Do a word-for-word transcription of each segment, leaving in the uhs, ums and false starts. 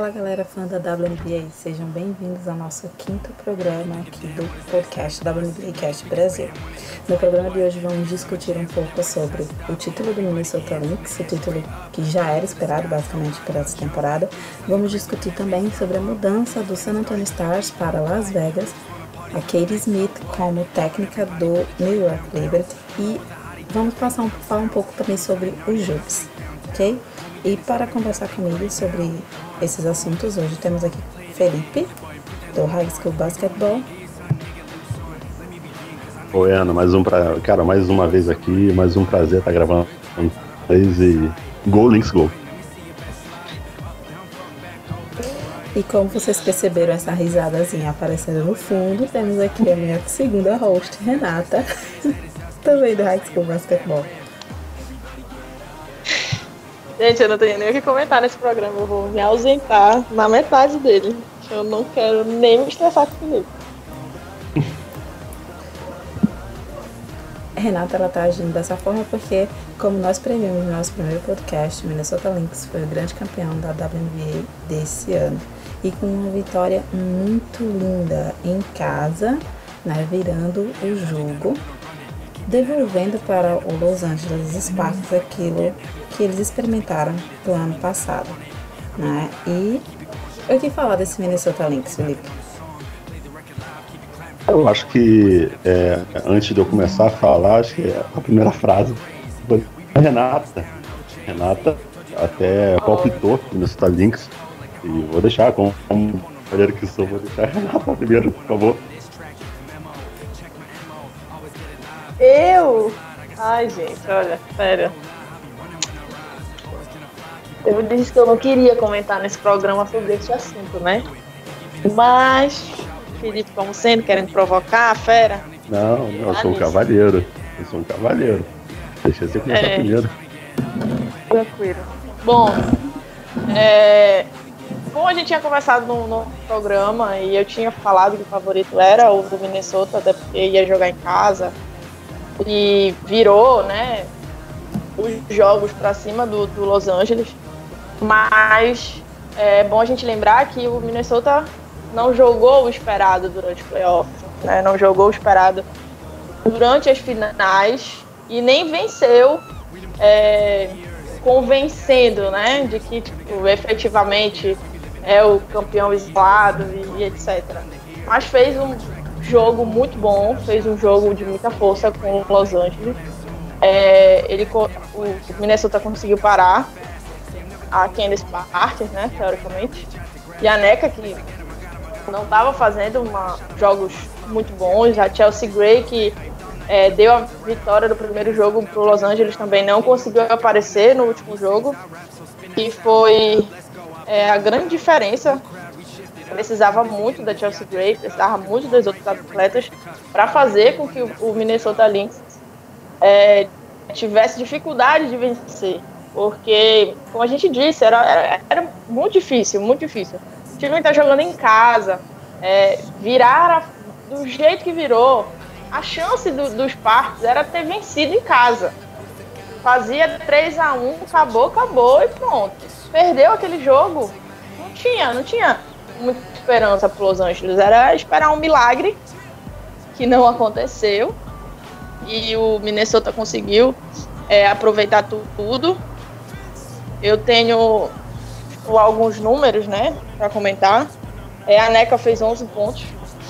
Olá, galera fã da W N B A, sejam bem-vindos ao nosso quinto programa aqui do podcast W N B A Cast Brasil. No programa de hoje vamos discutir um pouco sobre o título do Minnesota Lynx, o título que já era esperado basicamente por essa temporada. Vamos discutir também sobre a mudança do San Antonio Stars para Las Vegas, a Katie Smith como técnica do New York Liberty e vamos passar um, falar um pouco também sobre os jogos, ok? E para conversar comigo sobre esses assuntos, hoje temos aqui Felipe, do High School Basketball. Oi, Ana, mais um pra... cara, mais uma vez aqui, mais um prazer estar gravando com vocês e Go Lynx Go! E como vocês perceberam essa risadazinha aparecendo no fundo, temos aqui a minha segunda host, Renata, também do High School Basketball. Gente, eu não tenho nem o que comentar nesse programa, eu vou me ausentar na metade dele. Eu não quero nem me estressar com ele. Renata, ela tá agindo dessa forma porque, como nós previmos no nosso primeiro podcast, o Minnesota Lynx foi o grande campeão da W N B A desse ano. E com uma vitória muito linda em casa, né, virando o jogo, devolvendo para o Los Angeles Sparks aquilo que eles experimentaram do ano passado, né? E o que falar desse Minnesota Lynx, Felipe? Eu acho que, é, antes de eu começar a falar, acho que a primeira frase foi a Renata. Renata até palpitou no Minnesota Lynx. E vou deixar, como mulher que sou, vou deixar a Renata primeiro, por favor. Eu? Ai, gente, olha, sério. Eu disse que eu não queria comentar nesse programa sobre esse assunto, né? Mas, Felipe, como sempre, querendo provocar a fera. Não, não, eu sou um cavalheiro. Eu sou um cavalheiro. Deixa você começar é... primeiro. Tranquilo. Bom, é... como a gente tinha conversado no, no programa e eu tinha falado que o favorito era o do Minnesota, até porque ia jogar em casa. E virou, né, os jogos para cima do, do Los Angeles. Mas é bom a gente lembrar que o Minnesota não jogou o esperado durante o playoff, né, não jogou o esperado durante as finais e nem venceu é, convencendo, né, de que tipo, efetivamente é o campeão isolado e, e etcétera. Mas fez um jogo muito bom, fez um jogo de muita força com o Los Angeles. É, ele, o Minnesota conseguiu parar a Candace Parker, né, teoricamente, e a Nneka, que não estava fazendo uma, jogos muito bons. A Chelsea Gray, que é, deu a vitória do primeiro jogo para o Los Angeles, também não conseguiu aparecer no último jogo, e foi é, a grande diferença. Precisava muito da Chelsea Gray, precisava muito dos outros atletas para fazer com que o Minnesota Lynx é, tivesse dificuldade de vencer. Porque, como a gente disse, era, era, era muito difícil, muito difícil. O time está jogando em casa, é, virar a, do jeito que virou. A chance do, dos Sparks era ter vencido em casa. Fazia três a um, acabou, acabou e pronto. Perdeu aquele jogo, não tinha, não tinha muita esperança para Los Angeles, era esperar um milagre que não aconteceu e o Minnesota conseguiu é, aproveitar tudo. Eu tenho tipo, alguns números, né, para comentar. É, a Nneka fez onze pontos,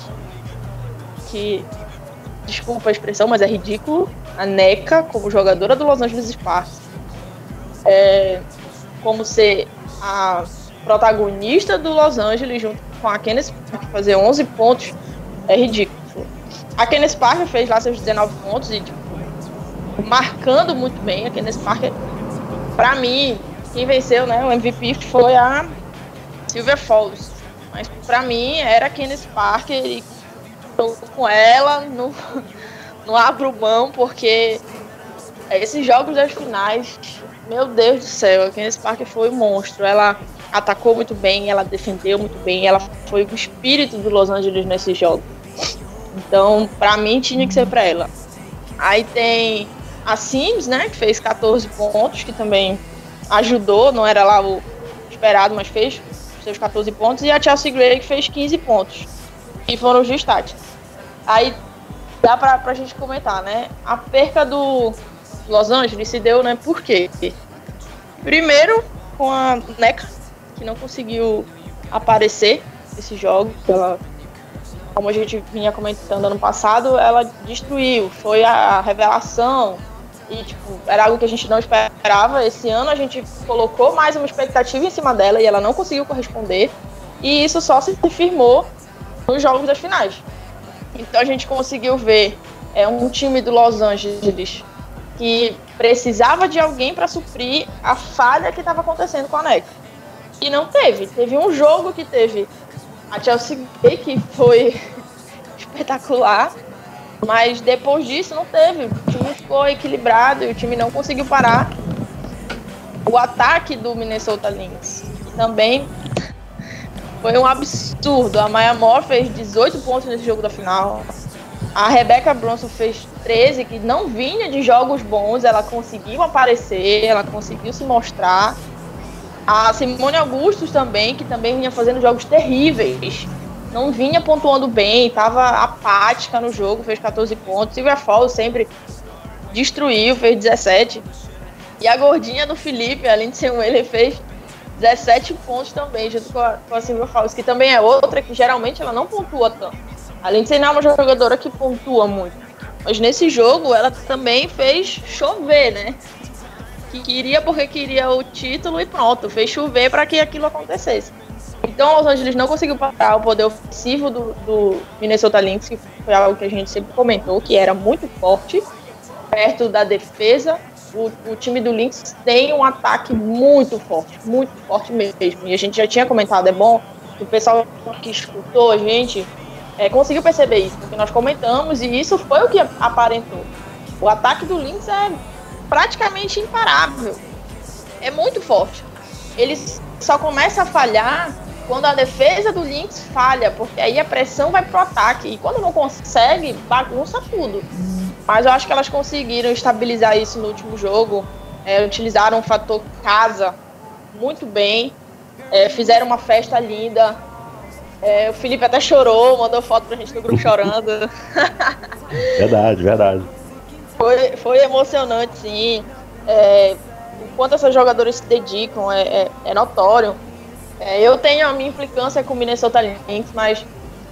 que, desculpa a expressão, mas é ridículo. A Nneka, como jogadora do Los Angeles Sparks, é, como ser a protagonista do Los Angeles junto com a Candace Parker, fazer onze pontos é ridículo. A Candace Parker fez lá seus dezenove pontos e tipo, marcando muito bem. A Candace Parker, pra mim, quem venceu, né, o M V P foi a Sylvia Fowles, mas pra mim era a Candace Parker e tô com ela, não, não abro mão, porque esses jogos das finais, meu Deus do céu, a Candace Parker foi um monstro. Ela atacou muito bem, ela defendeu muito bem, ela foi o espírito do Los Angeles nesse jogo. Então, pra mim, tinha que ser pra ela. Aí tem a Sims, né, que fez catorze pontos, que também ajudou, não era lá o esperado, mas fez seus catorze pontos, e a Chelsea Gray, que fez quinze pontos. E foram os destaques. Aí dá pra, pra gente comentar, né? A perca do Los Angeles se deu, né? Por quê? Primeiro, com a Neca, que não conseguiu aparecer nesse jogo. Ela, como a gente vinha comentando ano passado, ela destruiu. Foi a revelação. E, tipo, era algo que a gente não esperava. Esse ano a gente colocou mais uma expectativa em cima dela e ela não conseguiu corresponder. E isso só se firmou nos jogos das finais. Então a gente conseguiu ver é, um time do Los Angeles que precisava de alguém para suprir a falha que estava acontecendo com a Neca. E não teve. Teve um jogo que teve a Chelsea Gray, que foi espetacular. Mas depois disso não teve, o time ficou equilibrado e o time não conseguiu parar o ataque do Minnesota Lynx. Também foi um absurdo, a Maya Moore fez dezoito pontos nesse jogo da final, a Rebecca Bronson fez treze, que não vinha de jogos bons, ela conseguiu aparecer, ela conseguiu se mostrar. A Simone Augustus também, que também vinha fazendo jogos terríveis. Não vinha pontuando bem, estava apática no jogo, fez catorze pontos. Silvia Fowles sempre destruiu, fez dezessete. E a gordinha do Felipe, a Lindsay Whaley, fez dezessete pontos também, junto com a, com a Silvia Fowles, que também é outra que geralmente ela não pontua tanto. A Lindsay não é uma jogadora que pontua muito, mas nesse jogo ela também fez chover, né? Que queria porque queria o título e pronto, fez chover para que aquilo acontecesse. Então, Los Angeles não conseguiu parar o poder ofensivo do, do Minnesota Lynx, que foi algo que a gente sempre comentou, que era muito forte, perto da defesa. O, o time do Lynx tem um ataque muito forte, muito forte mesmo. E a gente já tinha comentado, é bom que o pessoal que escutou a gente é, conseguiu perceber isso, porque nós comentamos e isso foi o que aparentou. O ataque do Lynx é praticamente imparável, é muito forte. Eles só começa a falhar quando a defesa do Lynx falha, porque aí a pressão vai pro ataque, e quando não consegue, bagunça tudo. Mas eu acho que elas conseguiram estabilizar isso no último jogo, é, utilizaram o fator casa muito bem, é, fizeram uma festa linda, é, o Felipe até chorou, mandou foto pra gente no grupo chorando. Verdade, verdade. Foi, foi emocionante, sim. É, o quanto essas jogadoras se dedicam é, é, é notório. É, eu tenho a minha implicância com o Minnesota Lynx, mas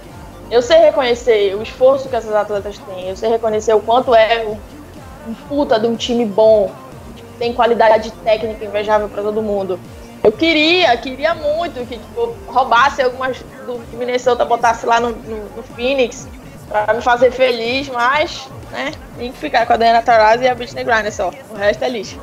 eu sei reconhecer o esforço que essas atletas têm, eu sei reconhecer o quanto é um, um puta de um time bom, que tem qualidade técnica invejável para todo mundo. Eu queria, queria muito que tipo, roubasse algumas do Minnesota, botasse lá no, no, no Phoenix para me fazer feliz, mas né, tem que ficar com a Diana Taurasi e a Brittney Griner só, o resto é lixo.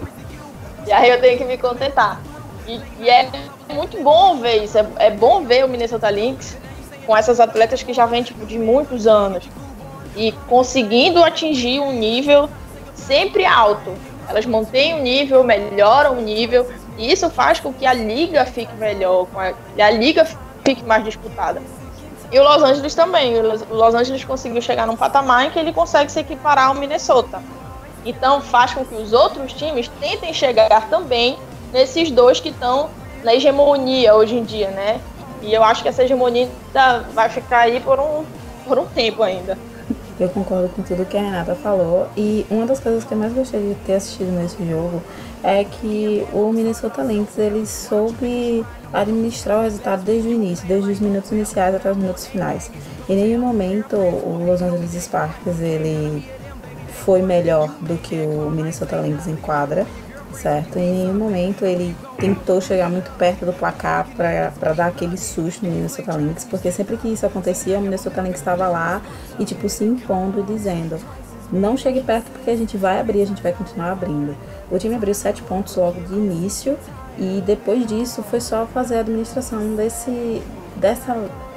E aí eu tenho que me contentar. E, e é muito bom ver isso, é, é bom ver o Minnesota Lynx com essas atletas que já vêm tipo, de muitos anos e conseguindo atingir um nível sempre alto. Elas mantêm o nível, melhoram o nível, e isso faz com que a liga fique melhor, a, a liga fique mais disputada. E o Los Angeles também, o Los Angeles conseguiu chegar num patamar em que ele consegue se equiparar ao Minnesota. Então faz com que os outros times tentem chegar também nesses dois que estão na hegemonia hoje em dia, né? E eu acho que essa hegemonia vai ficar aí por um, por um tempo ainda. Eu concordo com tudo que a Renata falou. E uma das coisas que eu mais gostei de ter assistido nesse jogo é que o Minnesota Lynx, ele soube administrar o resultado desde o início, desde os minutos iniciais até os minutos finais. Em nenhum momento o Los Angeles Sparks ele foi melhor do que o Minnesota Lynx em quadra, certo? Em nenhum momento ele tentou chegar muito perto do placar para dar aquele susto no Minnesota Lynx, porque sempre que isso acontecia, o Minnesota Lynx estava lá e tipo se impondo e dizendo: não chegue perto porque a gente vai abrir, a gente vai continuar abrindo. O time abriu sete pontos logo de início e depois disso foi só fazer a administração desse, dessa,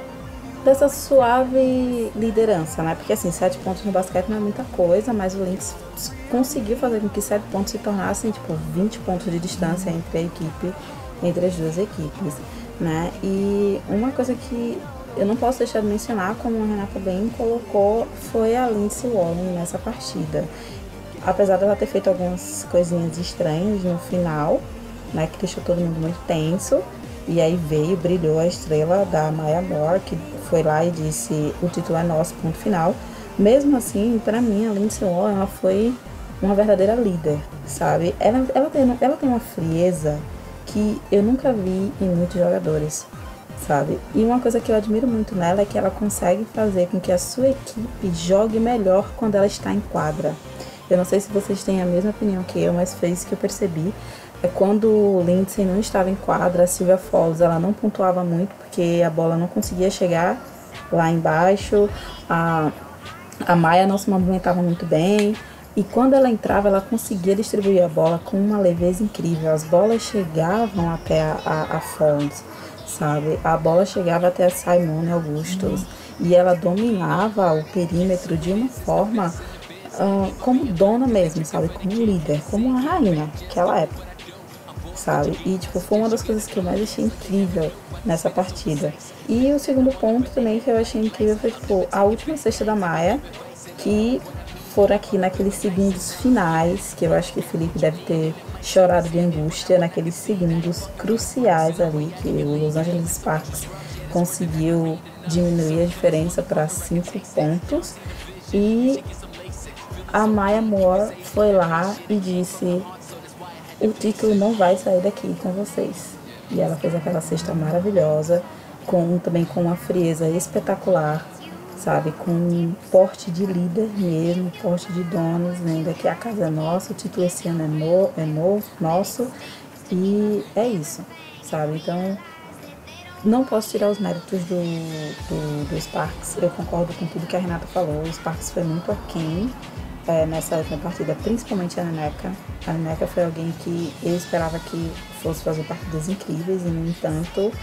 dessa suave liderança, né? Porque assim, sete pontos no basquete não é muita coisa, mas o Lynx conseguiu fazer com que sete pontos se tornassem tipo vinte pontos de distância entre a equipe, entre as duas equipes, né? E uma coisa que eu não posso deixar de mencionar, como a Renata bem colocou, foi a Lindsay Whaley nessa partida. Apesar dela ter feito algumas coisinhas estranhas no final, né, que deixou todo mundo muito tenso, E aí veio, brilhou a estrela da Maya Moore, que foi lá e disse, o título é nosso, ponto final. Mesmo assim, pra mim, a Lindsey Vonn, ela foi uma verdadeira líder, sabe? Ela, ela, tem, ela tem uma frieza que eu nunca vi em muitos jogadores, sabe? E uma coisa que eu admiro muito nela é que ela consegue fazer com que a sua equipe jogue melhor quando ela está em quadra. Eu não sei se vocês têm a mesma opinião que eu, mas foi isso que eu percebi. É quando o Lindsey não estava em quadra, a Sylvia Fowles, ela não pontuava muito porque a bola não conseguia chegar lá embaixo, a, a Maya não se movimentava muito bem, e quando ela entrava, ela conseguia distribuir a bola com uma leveza incrível. As bolas chegavam até a, a, a Fowles, sabe? A bola chegava até a Simone Augustus, e ela dominava o perímetro de uma forma uh, como dona mesmo, sabe? Como líder, como uma rainha naquela época. Sabe? E tipo, foi uma das coisas que eu mais achei incrível nessa partida. E o segundo ponto também que eu achei incrível foi tipo, a última cesta da Maya, que foram aqui naqueles segundos finais, que eu acho que o Felipe deve ter chorado de angústia, naqueles segundos cruciais ali, que o Los Angeles Sparks conseguiu diminuir a diferença para cinco pontos. E a Maya Moore foi lá e disse: o título não vai sair daqui com vocês. E ela fez aquela cesta maravilhosa, com, também com uma frieza espetacular, sabe? Com um porte de líder mesmo, porte de donos, ainda que a casa é nossa, o título esse ano é, no, é novo, nosso, e é isso, sabe? Então, não posso tirar os méritos do, do, do Sparks, eu concordo com tudo que a Renata falou, o Sparks foi muito aquém, É, nessa última partida, principalmente a Neneca. A Neneca foi alguém que eu esperava que fosse fazer partidas incríveis e, no entanto,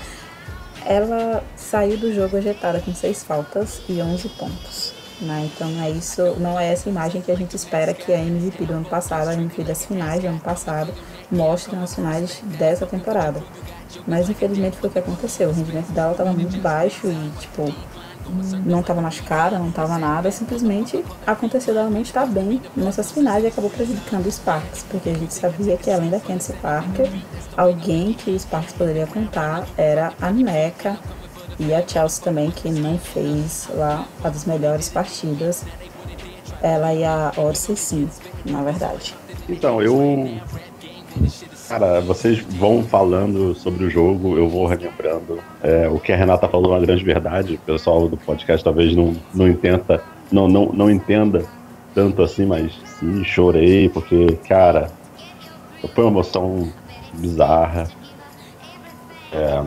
ela saiu do jogo agitada com seis faltas e onze pontos, né? Então é isso, não é essa imagem que a gente espera que a M V P do ano passado, a M V P das finais do ano passado, mostre nas finais dessa temporada. Mas infelizmente foi o que aconteceu. O rendimento dela estava muito baixo e, tipo, não estava machucada, não estava nada, simplesmente aconteceu dela não estar bem nessas finais e acabou prejudicando o Sparks, porque a gente sabia que além da Candace Parker, alguém que o Sparks poderia contar era a Neneca e a Chelsea também, que não fez lá uma das melhores partidas, ela e a Odyssey sim, na verdade. Então, eu... Cara, vocês vão falando sobre o jogo, eu vou relembrando. É, o que a Renata falou é uma grande verdade. O pessoal do podcast talvez não, não, entenda, não, não, não entenda tanto assim, mas sim, chorei, porque, cara, foi uma emoção bizarra. É,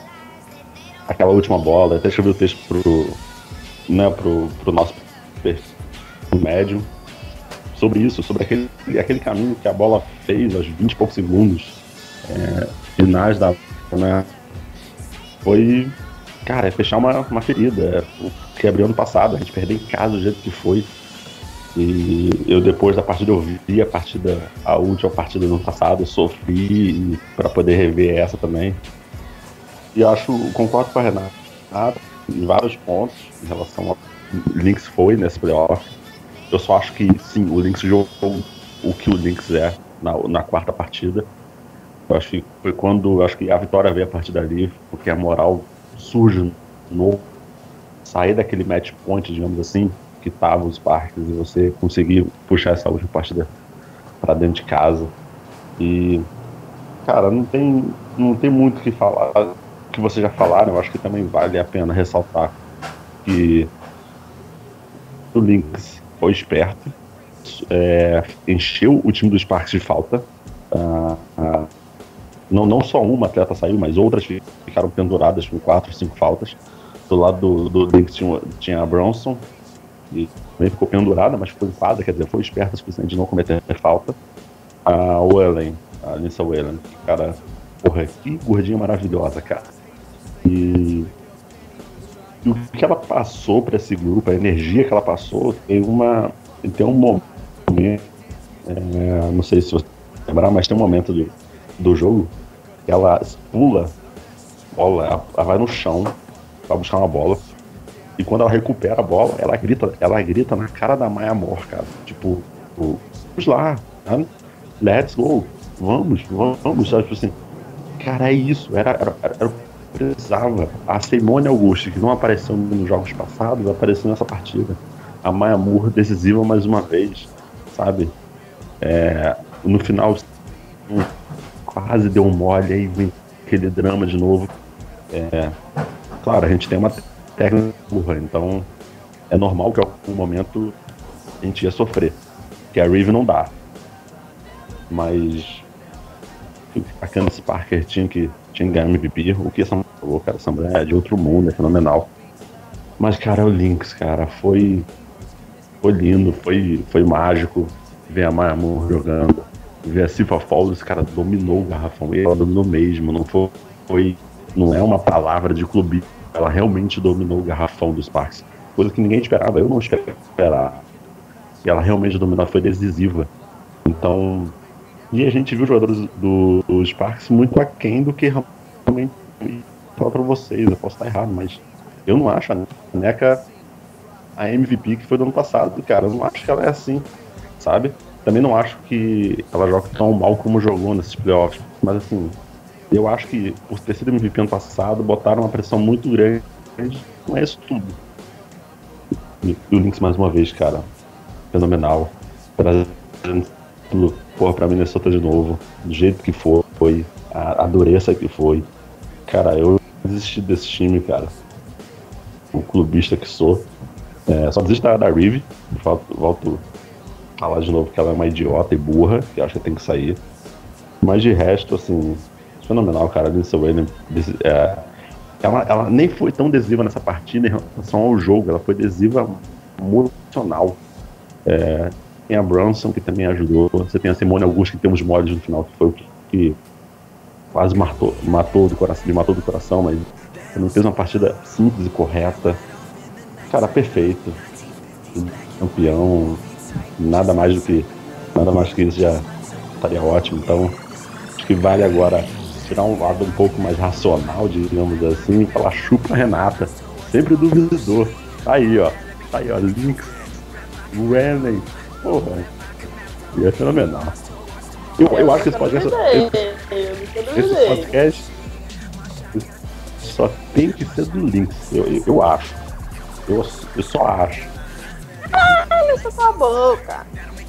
aquela última bola, até escrevi o texto pro, né, pro, pro nosso perfil médio sobre isso, sobre aquele, aquele caminho que a bola fez aos vinte e poucos segundos é, finais da, né, foi, cara, é fechar uma, uma ferida, é o que abriu ano passado, a gente perdeu em casa do jeito que foi. E eu, depois da partida, eu vi a partida, a última partida do ano passado, eu sofri para poder rever essa também. E acho, concordo com a Renata em vários pontos em relação ao Lynx foi nesse playoff. Eu só acho que, sim, o Lynx jogou o que o Lynx é na, na quarta partida. Eu acho que foi quando acho que a vitória veio a partir dali, porque a moral surge no sair daquele match point, digamos assim, que tava os Sparks, e você conseguir puxar essa última partida para dentro de casa. E, cara, não tem, não tem muito o que falar. O que vocês já falaram, eu acho que também vale a pena ressaltar que o Lynx foi esperto, é, encheu o time dos Sparks de falta. Ah, ah, não, não só uma atleta saiu, mas outras ficaram penduradas com quatro, cinco faltas. Do lado do, do Lynx tinha, tinha a Bronson, e também ficou pendurada, mas ficou em quadra, quer dizer, foi esperta o suficiente de não cometer falta. A Wellen, a Lindsey Wellen, cara, porra, que gordinha maravilhosa, cara. E E o que ela passou para esse grupo, a energia que ela passou, tem uma tem um momento, é, não sei se você lembrar, mas tem um momento do, do jogo que ela pula bola, ela, ela vai no chão para buscar uma bola, e quando ela recupera a bola, ela grita, ela grita na cara da Maya Moore, cara, tipo, vamos lá, tá? Let's go, vamos, vamos, sabe, tipo assim, Cara, é isso. Era, era, era, precisava. A Simone Augusto, que não apareceu nos jogos passados, apareceu nessa partida. A Maya Moore decisiva mais uma vez, sabe? É, no final, quase deu um mole, aí vem aquele drama de novo. É, claro, a gente tem uma técnica burra, então é normal que em algum momento a gente ia sofrer. Que a Reeve não dá. Mas a Candace Parker tinha que, tinha que ganhar M V P. O que essa mulher falou, cara, essa mulher é de outro mundo, é fenomenal. Mas, cara, o Lynx, cara, foi foi lindo, foi, foi mágico ver a Maya Moore jogando, ver a Sifa Falls, cara, dominou o garrafão, ela dominou mesmo, não foi, foi não é uma palavra de clube, ela realmente dominou o garrafão dos Sparks, coisa que ninguém esperava, eu não esperava, e ela realmente dominou, foi decisiva. Então, e a gente viu os jogadores do, do Sparks muito aquém do que realmente falar pra vocês, eu posso estar errado, mas eu não acho a Neca a M V P que foi do ano passado, cara, eu não acho que ela é assim, sabe? Também não acho que ela joga tão mal como jogou nesses playoffs, mas assim, eu acho que por ter sido M V P ano passado, botaram uma pressão muito grande, não é isso tudo. E o Lynx mais uma vez, cara, fenomenal, trazendo tudo, porra, pra Minnesota de novo, do jeito que foi, foi a, a dureza que foi. Cara, eu desisti desse time, cara, o clubista que sou. É, só desisto da, da Reeve, volto, volto a falar de novo que ela é uma idiota e burra, que acho que tem que sair. Mas de resto, assim, fenomenal, cara. A Lindsay Whalen, é, ela, ela nem foi tão decisiva nessa partida em relação ao jogo, ela foi decisiva emocional. É, tem a Brunson, que também ajudou. Você tem a Simone Augusto, que tem uns moles no final, que foi o que, que quase matou, matou do coração, me matou do coração, mas não fez uma partida simples e correta. Cara, perfeito. Campeão. Nada mais do que nada mais do que isso já estaria ótimo. Então, acho que vale agora tirar um lado um pouco mais racional, digamos assim, e falar chupa Renata. Sempre duvidor. Tá aí, ó. Tá aí, ó. Lynx, Rennie. Porra. E é fenomenal. Eu, eu, eu acho que esse podcast. Esse, esse podcast só tem que ser do Lynx. Eu, eu, eu acho. Eu, eu só acho. Ah, isso tá boca.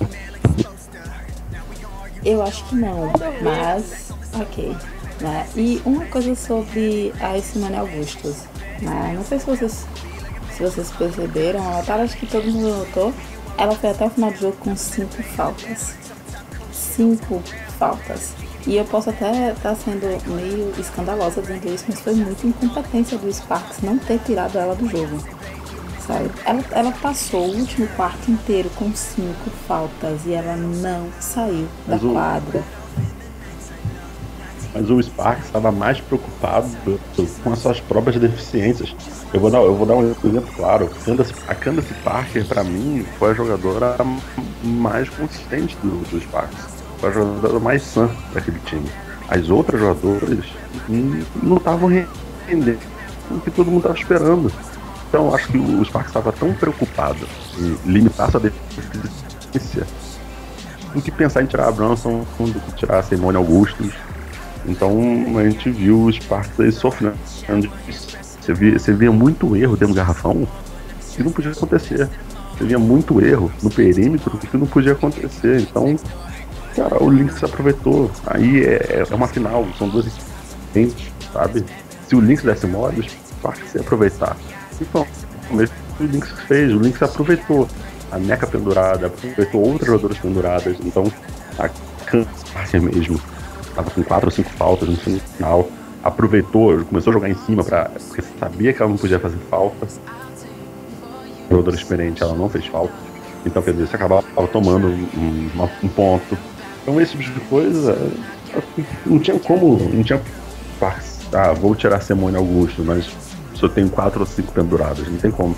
Eu acho que não, mas ok. Né? E uma coisa sobre a Simone Augustus. Né? Não sei se vocês, se vocês perceberam, ela tava, acho que todo mundo notou. Ela foi até o final do jogo com cinco faltas. Cinco faltas. E eu posso até estar tá sendo meio escandalosa dizendo isso, mas foi muita incompetência do Sparks não ter tirado ela do jogo. Ela, ela passou o último quarto inteiro com cinco faltas e ela não saiu da mas quadra. O, mas o Sparks estava mais preocupado com as suas próprias deficiências. Eu vou dar, eu vou dar um exemplo claro. Candace, a Candace Parker, para mim, foi a jogadora mais consistente do, do Sparks. Foi a jogadora mais sã daquele time. As outras jogadoras não estavam rendendo o que todo mundo estava esperando. Então, acho que o Sparks estava tão preocupado em limitar sua deficiência do que pensar em tirar a Brunson, do que tirar a Simone Augustus. Então, a gente viu o Sparks aí sofrendo. Você via, você via muito erro dentro do garrafão que não podia acontecer. Você via muito erro no perímetro que não podia acontecer. Então, cara, o Lynx aproveitou. Aí é, é uma final, são duas equipes, sabe? Se o Lynx desse mole, o Sparks ia aproveitar. E foi o Lynx fez, o Lynx aproveitou a Neca pendurada, aproveitou outras jogadoras penduradas, então a Cancer mesmo estava com quatro ou cinco faltas no final, aproveitou, começou a jogar em cima, pra, porque sabia que ela não podia fazer falta, jogadora experiente, ela não fez falta, então quer dizer, você acabava tomando um, um, um ponto. Então esse tipo de coisa não tinha como, não tinha ah, vou tirar a Simone Augusto, mas se eu tenho quatro ou cinco penduradas, não tem como.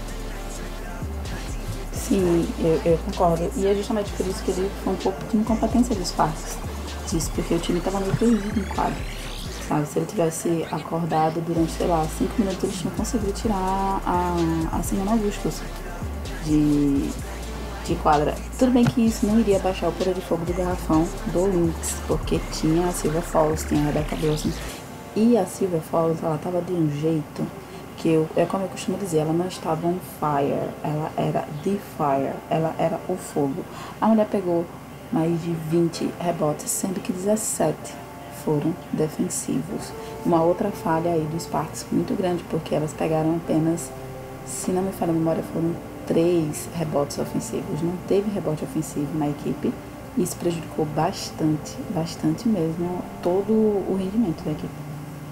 Sim, eu, eu concordo. E é justamente por isso que ele foi um pouco de incompetência dos Sparks. Disso, porque o time estava meio perdido em quadro. Sabe? Se ele tivesse acordado durante, sei lá, cinco minutos, eles tinham conseguido tirar a, a Simone Augustus de, de quadra. Tudo bem que isso não iria baixar o poder de fogo do garrafão do Lynx, porque tinha a Silver Falls, tinha a Rebecca Wilson. E a Silver Falls, ela tava de um jeito que eu, é como eu costumo dizer, ela não estava on fire, ela era the fire, ela era o fogo. A mulher pegou mais de vinte rebotes, sendo que dezessete foram defensivos. Uma outra falha aí dos Sparks muito grande, porque elas pegaram apenas, se não me falha a memória, foram três rebotes ofensivos. Não teve rebote ofensivo na equipe. Isso prejudicou bastante, bastante mesmo, todo o rendimento da equipe.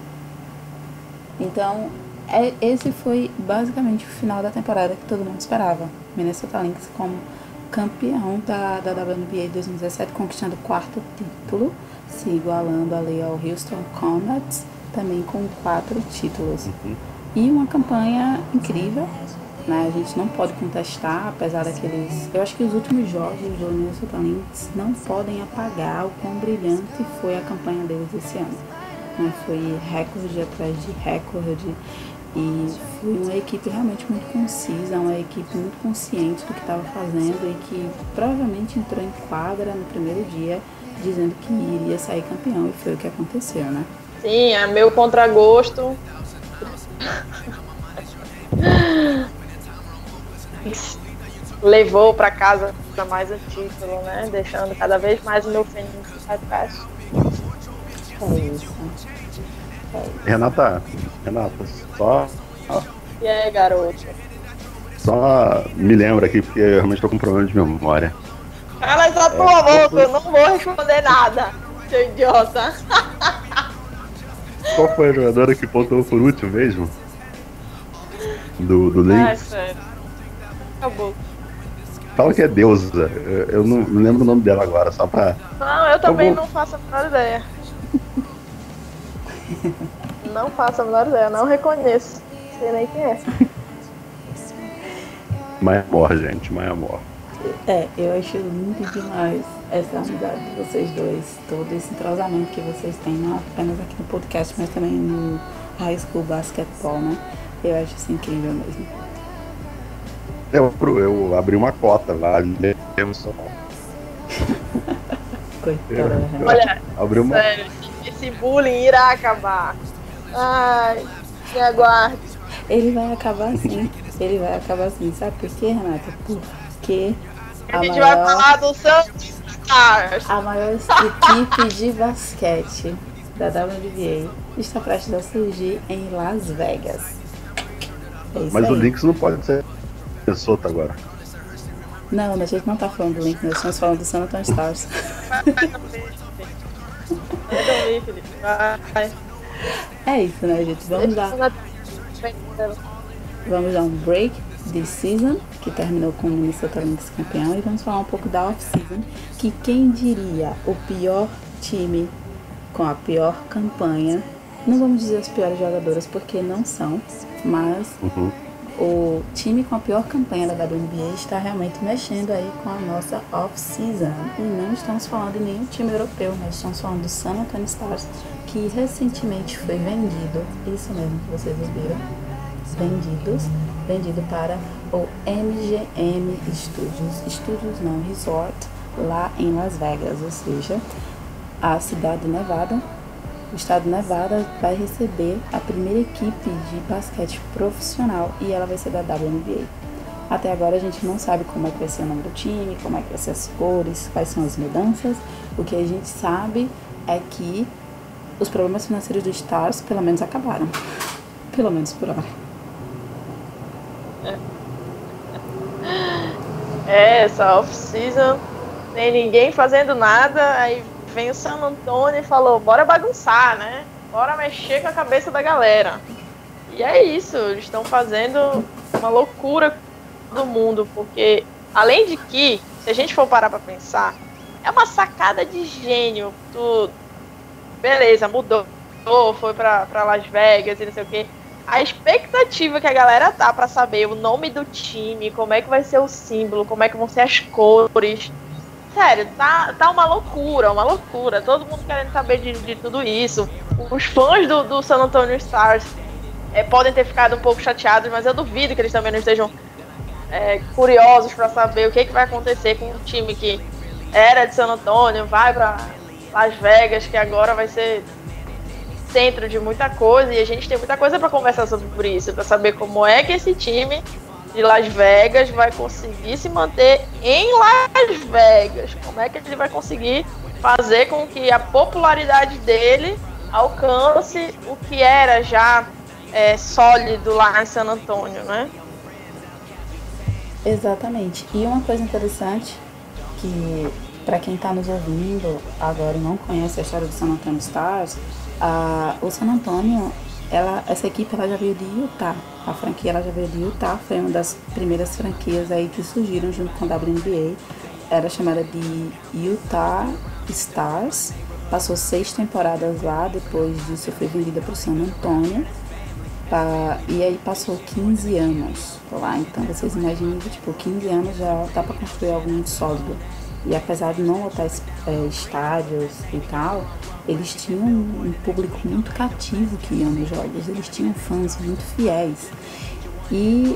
Então, é, esse foi basicamente o final da temporada que todo mundo esperava. Minnesota Lynx como campeão da, da W N B A dois mil e dezessete, conquistando o quarto título, se igualando ali ao Houston Comets, também com quatro títulos. Uhum. E uma campanha incrível, né? A gente não pode contestar, apesar daqueles... Eu acho que os últimos jogos do Minnesota Lynx não podem apagar o quão brilhante foi a campanha deles esse ano. Né? Foi recorde atrás de recorde. E foi uma equipe realmente muito concisa, uma equipe muito consciente do que estava fazendo e que provavelmente entrou em quadra no primeiro dia dizendo que iria sair campeão, e foi o que aconteceu, né? Sim, é meu contragosto. Levou para casa mais um título, né? Deixando cada vez mais o meu Fênix mais perto. É isso. Renata, Renata, só. E aí, garoto? Só me lembra aqui, porque eu realmente tô com problema de memória. Cala essa tua boca, eu não vou responder nada, seu idiota. Qual foi a jogadora que pontuou por último mesmo? Do, do Lynx? Ai, sério. Acabou. Fala que é deusa. Eu, eu não me lembro o nome dela agora, só pra. Não, eu também vou... não faço a menor ideia. Não faço a menor ideia, não reconheço. Não sei nem quem é. Mais amor, gente, mais amor. É, eu acho muito demais essa amizade de vocês dois, todo esse entrosamento que vocês têm, não apenas aqui no podcast, mas também no High School Basketball, né? Eu acho isso incrível mesmo. Eu, eu abri uma cota lá, mesmo só. Coitada. Olha, abri uma... sério, esse bullying irá acabar. Ai, me aguarde. Ele vai acabar assim, ele vai acabar assim, sabe por quê, Renata? Porque a, a gente maior, vai falar do Santos. A maior equipe de basquete da W N B A está prestes a surgir em Las Vegas. É Mas aí. O Lynx não pode ser Minnesota agora. Não, a gente não tá falando do Lynx, nós estamos falando do San Antonio Stars. É isso, né, gente? Vamos dar, vamos dar um break de season, que terminou com o Minnesota Lynx campeão, e vamos falar um pouco da off-season, que quem diria o pior time com a pior campanha, não vamos dizer as piores jogadoras porque não são, mas uhum. o time com a pior campanha da W N B A está realmente mexendo aí com a nossa off-season. E não estamos falando de nenhum time europeu, mas estamos falando do San Antonio Stars, que recentemente foi vendido, isso mesmo que vocês viram, vendidos, vendido para o M G M Studios, Studios não, Resort, lá em Las Vegas, ou seja, a cidade de Nevada. O estado de Nevada vai receber a primeira equipe de basquete profissional e ela vai ser da W N B A. Até agora a gente não sabe como é que vai ser o nome do time, como é que vai ser as cores, quais são as mudanças. O que a gente sabe é que os problemas financeiros do Stars pelo menos acabaram. Pelo menos por hora. É, essa off-season, nem ninguém fazendo nada, aí vem o San Antonio e falou, bora bagunçar, né? Bora mexer com a cabeça da galera. E é isso, eles estão fazendo uma loucura do mundo, porque além de que, se a gente for parar pra pensar, é uma sacada de gênio. Tu, beleza, mudou, foi pra, pra Las Vegas e não sei o que. A expectativa que a galera tá pra saber o nome do time, como é que vai ser o símbolo, como é que vão ser as cores. Sério, tá, tá uma loucura, uma loucura. Todo mundo querendo saber de, de tudo isso. Os fãs do, do San Antonio Stars é, podem ter ficado um pouco chateados, mas eu duvido que eles também não estejam é, curiosos pra saber o que, que vai acontecer com um time que era de San Antonio, vai pra Las Vegas, que agora vai ser centro de muita coisa e a gente tem muita coisa para conversar sobre isso, para saber como é que esse time de Las Vegas vai conseguir se manter em Las Vegas, como é que ele vai conseguir fazer com que a popularidade dele alcance o que era já é, sólido lá em San Antonio, né? Exatamente. E uma coisa interessante que, para quem está nos ouvindo agora e não conhece a história do San Antonio Stars, a, o San Antonio, ela, essa equipe ela já veio de Utah. A franquia ela já veio de Utah, foi uma das primeiras franquias aí que surgiram junto com a W N B A. Era chamada de Utah Stars. Passou seis temporadas lá, depois disso foi vendida para o San Antonio. Pra, e aí passou quinze anos lá, então vocês imaginem que tipo, quinze anos já dá para construir algo muito sólido. E apesar de não lotar é, estádios e tal, eles tinham um público muito cativo que ia nos jogos, eles tinham fãs muito fiéis. E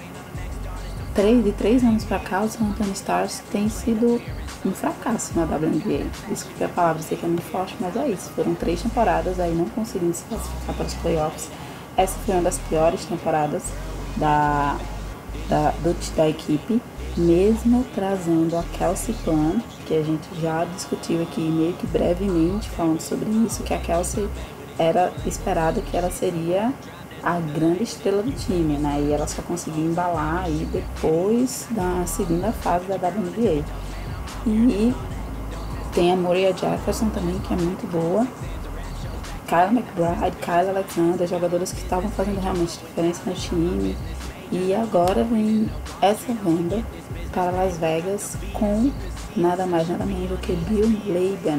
três, de três anos para cá, o San Antonio Stars tem sido um fracasso na W N B A. Desculpe a palavra, sei que é muito forte, mas é isso. Foram três temporadas aí não conseguindo se classificar para os playoffs. Essa foi uma das piores temporadas da, da, do, da equipe, mesmo trazendo a Kelsey Plum, que a gente já discutiu aqui meio que brevemente falando sobre isso, que a Kelsey era esperada que ela seria a grande estrela do time, né? E ela só conseguiu embalar aí depois da segunda fase da W N B A. E tem a Moriah Jefferson também, que é muito boa. Kyle McBride, Kyle Alexander, jogadores que estavam fazendo realmente diferença no time. E agora vem essa venda para Las Vegas com nada mais, nada menos do que Bill Laban,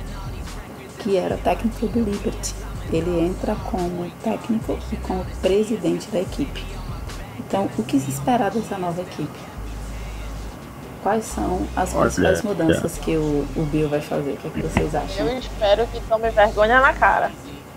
que era técnico do Liberty. Ele entra como técnico e como presidente da equipe. Então, o que se espera dessa nova equipe? Quais são as principais mudanças que o, o Bill vai fazer? O que, é que vocês acham? Eu espero que tome vergonha na cara.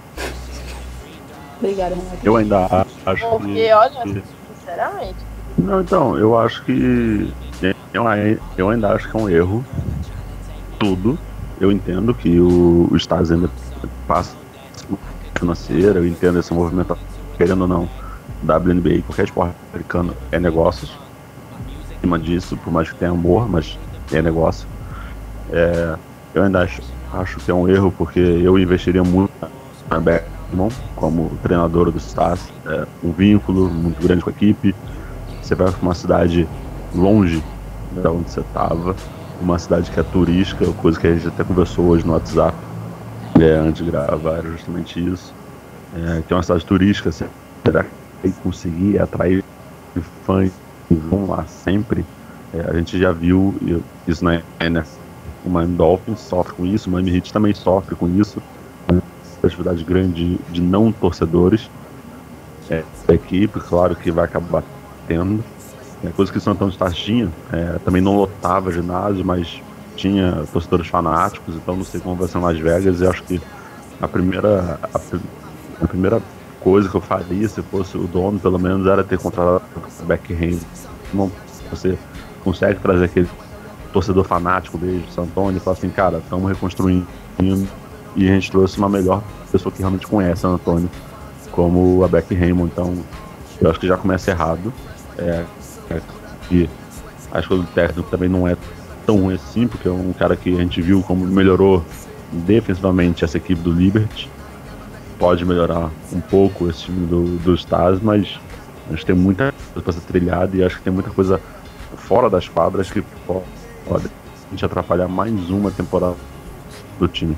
Obrigada, Renato. Eu ainda acho Porque, que... Porque, olha, sinceramente... Não, então, eu acho que... Eu, eu ainda acho que é um erro. Tudo. Eu entendo que o, o Stars ainda passa financeira, eu entendo esse movimento, querendo ou não, W N B A, qualquer esporte americano é negócios. Em cima disso, por mais que tenha amor, mas é negócio. É, eu ainda acho, acho que é um erro, porque eu investiria muito na Beckman como treinador do Stars. É um vínculo muito grande com a equipe. Você vai para uma cidade longe de onde você estava, uma cidade que é turística, coisa que a gente até conversou hoje no WhatsApp, é, antes de gravar, era justamente isso. É, que é uma cidade turística, você terá que conseguir atrair fãs que vão lá sempre. É, a gente já viu isso na N F L. O Miami Dolphins sofre com isso, o Miami Heat também sofre com isso. Uma atividade grande de, de não torcedores. É, a equipe, claro que vai acabar tendo. É coisa que o San Antonio Stars tinha. É, também não lotava ginásio, mas tinha torcedores fanáticos, então não sei como vai ser em Las Vegas. E acho que a primeira, a, a primeira coisa que eu faria, se fosse o dono, pelo menos, era ter contratado o Beckham. Não, você consegue trazer aquele torcedor fanático desde San Antonio e falar assim, cara, estamos reconstruindo, e a gente trouxe uma melhor pessoa que realmente conhece San Antonio, como a Becky Hammond. Então eu acho que já começa errado. É, é, e a escolha do técnico também não é tão ruim assim, porque é um cara que a gente viu como melhorou defensivamente essa equipe do Liberty. Pode melhorar um pouco esse time do, do Stars, mas a gente tem muita coisa para ser trilhada, e acho que tem muita coisa fora das quadras que pode, pode a gente atrapalhar mais uma temporada do time.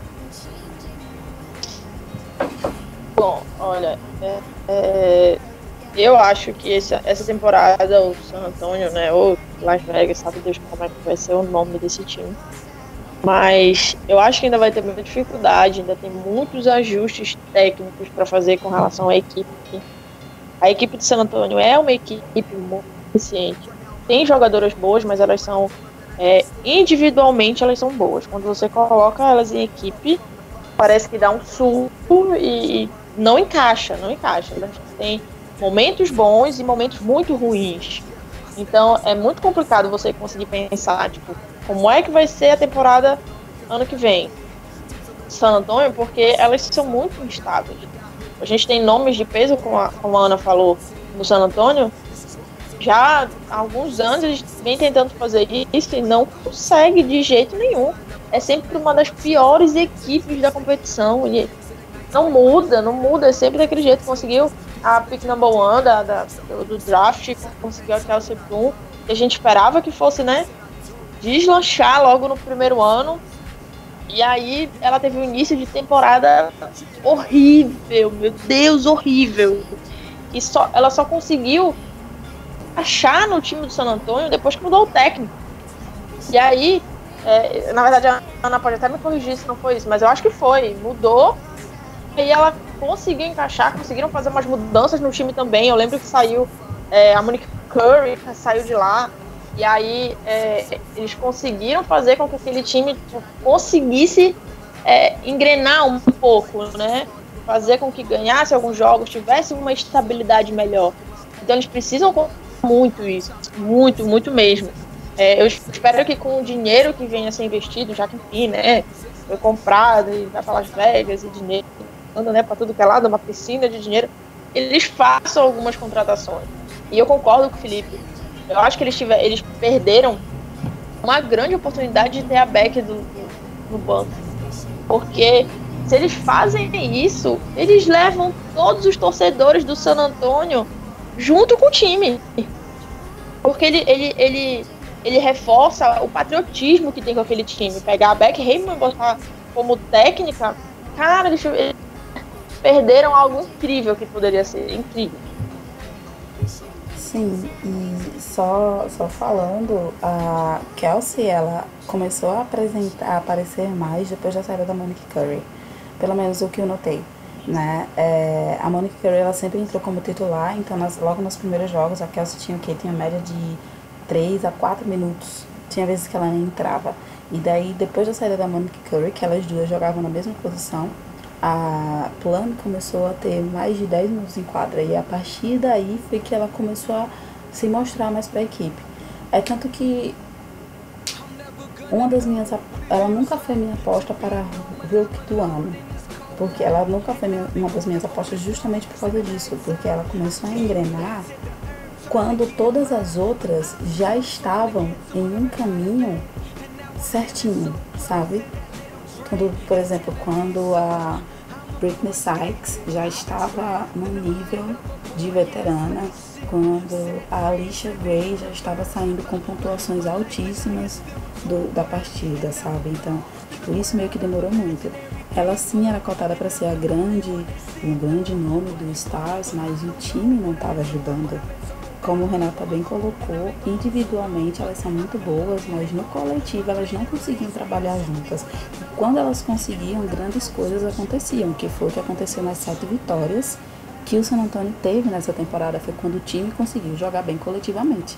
Bom, olha, é, é, eu acho que essa, essa temporada o San Antonio, né, ou Las Vegas, sabe Deus como é que vai ser o nome desse time, mas eu acho que ainda vai ter muita dificuldade, ainda tem muitos ajustes técnicos para fazer com relação à equipe. A equipe de San Antonio é uma equipe muito eficiente, tem jogadoras boas, mas elas são é, individualmente elas são boas. Quando você coloca elas em equipe, parece que dá um suco e não encaixa, não encaixa. Elas têm momentos bons e momentos muito ruins. Então é muito complicado você conseguir pensar, tipo, como é que vai ser a temporada ano que vem. San Antonio, porque elas são muito instáveis. A gente tem nomes de peso, como a, como a Ana falou, no San Antonio. Já há alguns anos a gente vem tentando fazer isso e não consegue de jeito nenhum. É sempre uma das piores equipes da competição. E não muda, não muda. É sempre daquele jeito. Conseguiu a pick number one da, da, do, do draft, conseguiu a Kelsey Plum, que a gente esperava que fosse, né, deslanchar logo no primeiro ano. E aí ela teve um início de temporada horrível, meu Deus, horrível. E só, ela só conseguiu achar no time do San Antonio depois que mudou o técnico. E aí, é, na verdade, a Ana pode até me corrigir se não foi isso, mas eu acho que foi. Mudou, e aí ela conseguiu encaixar, conseguiram fazer umas mudanças no time também. Eu lembro que saiu é, a Monique Curry, saiu de lá, e aí é, eles conseguiram fazer com que aquele time conseguisse é, engrenar um pouco, né? Fazer com que ganhasse alguns jogos, tivesse uma estabilidade melhor. Então eles precisam muito isso, muito, muito mesmo. É, eu espero que com o dinheiro que venha a ser investido, já que enfim, né, foi comprado e vai para Las Vegas e dinheiro anda, né, para tudo que é lado, uma piscina de dinheiro, eles façam algumas contratações. E eu concordo com o Felipe. Eu acho que eles, tiver, eles perderam uma grande oportunidade de ter a Beck do, do, no banco. Porque se eles fazem isso, eles levam todos os torcedores do San Antonio junto com o time. Porque ele, ele, ele, ele reforça o patriotismo que tem com aquele time. Pegar a Beck Hammon e botar como técnica, cara, eles, eles perderam algo incrível que poderia ser. Incrível. Sim, e só, só falando, a Kelsey, ela começou a, apresentar, a aparecer mais depois da saída da Monique Curry. Pelo menos o que eu notei. Né? É, a Monique Curry ela sempre entrou como titular, então nas, logo nos primeiros jogos a Kelsey tinha o quê? Tinha média de três a quatro minutos, tinha vezes que ela nem entrava, e daí depois da saída da Monique Curry, que elas duas jogavam na mesma posição, a Plum começou a ter mais de dez minutos em quadra, e a partir daí foi que ela começou a se mostrar mais para a equipe. É tanto que uma das minhas, ela nunca foi minha aposta para Rookie do ano, porque ela nunca foi minha, uma das minhas apostas justamente por causa disso, porque ela começou a engrenar quando todas as outras já estavam em um caminho certinho, sabe? Quando, por exemplo, quando a Brittany Sykes já estava num nível de veterana, quando a Alicia Gray já estava saindo com pontuações altíssimas do, da partida, sabe? Então, tipo, isso meio que demorou muito. Ela sim era cotada para ser a grande, um grande nome do Stars, mas o time não estava ajudando. Como o Renata bem colocou, individualmente elas são muito boas, mas no coletivo elas não conseguiam trabalhar juntas. E quando elas conseguiam, grandes coisas aconteciam, que foi o que aconteceu nas sete vitórias que o San Antonio teve nessa temporada. Foi quando o time conseguiu jogar bem coletivamente.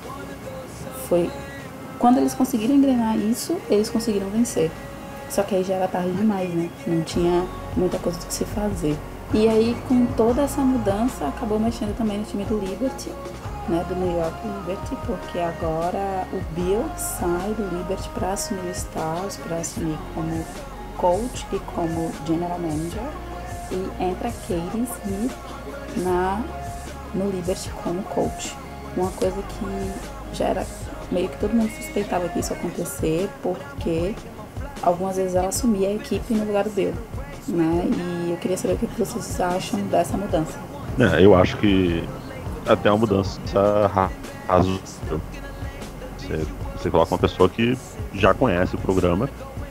Foi quando eles conseguiram engrenar isso, eles conseguiram vencer. Só que aí já era tarde demais, né? Não tinha muita coisa do que se fazer. E aí, com toda essa mudança, acabou mexendo também no time do Liberty, né? Do New York Liberty, porque agora o Bill sai do Liberty para assumir o Stars, para assumir como coach e como general manager. E entra Katie Smith na, no Liberty como coach. Uma coisa que já era meio que todo mundo suspeitava que isso ia acontecer, porque algumas vezes ela assumia a equipe no lugar do Bill, né? E eu queria saber o que vocês acham dessa mudança. É, eu acho que até uma mudança razoável. Você, você coloca uma pessoa que já conhece o programa,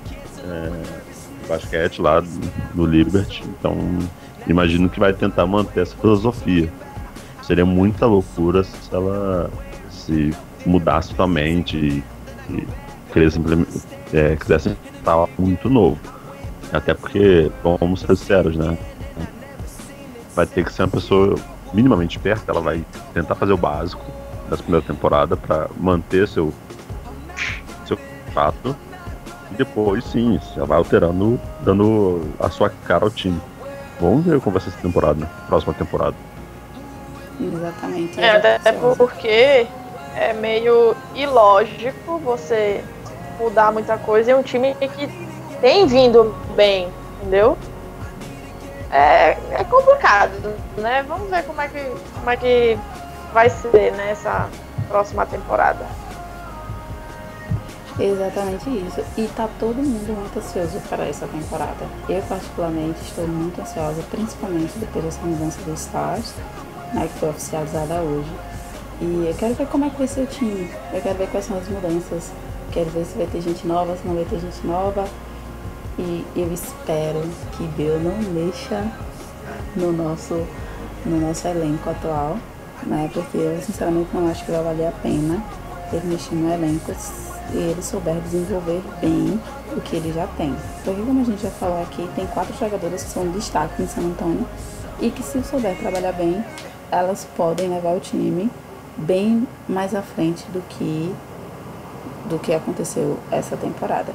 é, basquete lá no Liberty, então imagino que vai tentar manter essa filosofia. Seria muita loucura se ela se mudasse totalmente e, e quisesse é, quisesse estar muito novo. Até porque, vamos ser sinceros, né? Vai ter que ser uma pessoa minimamente esperta, ela vai tentar fazer o básico da primeira temporada para manter seu, seu fato. E depois, sim, ela vai alterando, dando a sua cara ao time. Vamos ver como vai ser essa temporada, né? Próxima temporada. Exatamente. É, até porque é meio ilógico você mudar muita coisa e um time que tem vindo bem entendeu? É, é complicado, né? Vamos ver como é que, como é que vai ser nessa próxima temporada. Exatamente isso. E tá todo mundo muito ansioso para essa temporada. Eu, particularmente, estou muito ansiosa, principalmente depois dessa mudança do Stars, né, que foi oficializada hoje. E eu quero ver como é que vai ser o time. Eu quero ver quais são as mudanças. Quero ver se vai ter gente nova, se não vai ter gente nova. E eu espero que Bill não mexa no nosso, no nosso elenco atual, né? Porque eu sinceramente não acho que vai valer a pena ele mexer no elenco e ele souber desenvolver bem o que ele já tem. Porque, como a gente já falou aqui, tem quatro jogadoras que são destaque em San Antonio e que, se souber trabalhar bem, elas podem levar o time bem mais à frente do que do que aconteceu essa temporada.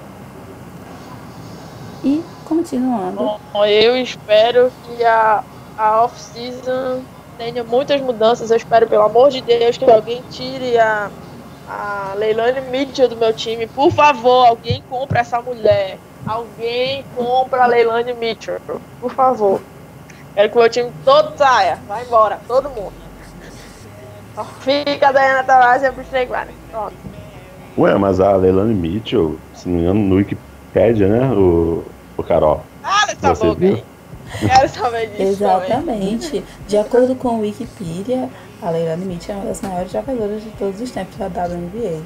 E continuando. Bom, eu espero que a, a off-season tenha muitas mudanças. Eu espero, pelo amor de Deus, que alguém tire a, a Leilani Mitchell do meu time. Por favor, alguém compra essa mulher. Alguém compra a Leilani Mitchell. Por favor. Quero que o meu time todo saia. Vai embora, todo mundo. Só fica a Diana Taurasi e a Britney Griner. Pronto. Ué, mas a Leilani Mitchell, se não me engano, no Wikipedia, né, o, o Carol? Ah, essa boca aí. Quero saber disso. Exatamente. Também. De acordo com o Wikipedia, a Leilani Mitchell é uma das maiores jogadoras de todos os tempos da W N B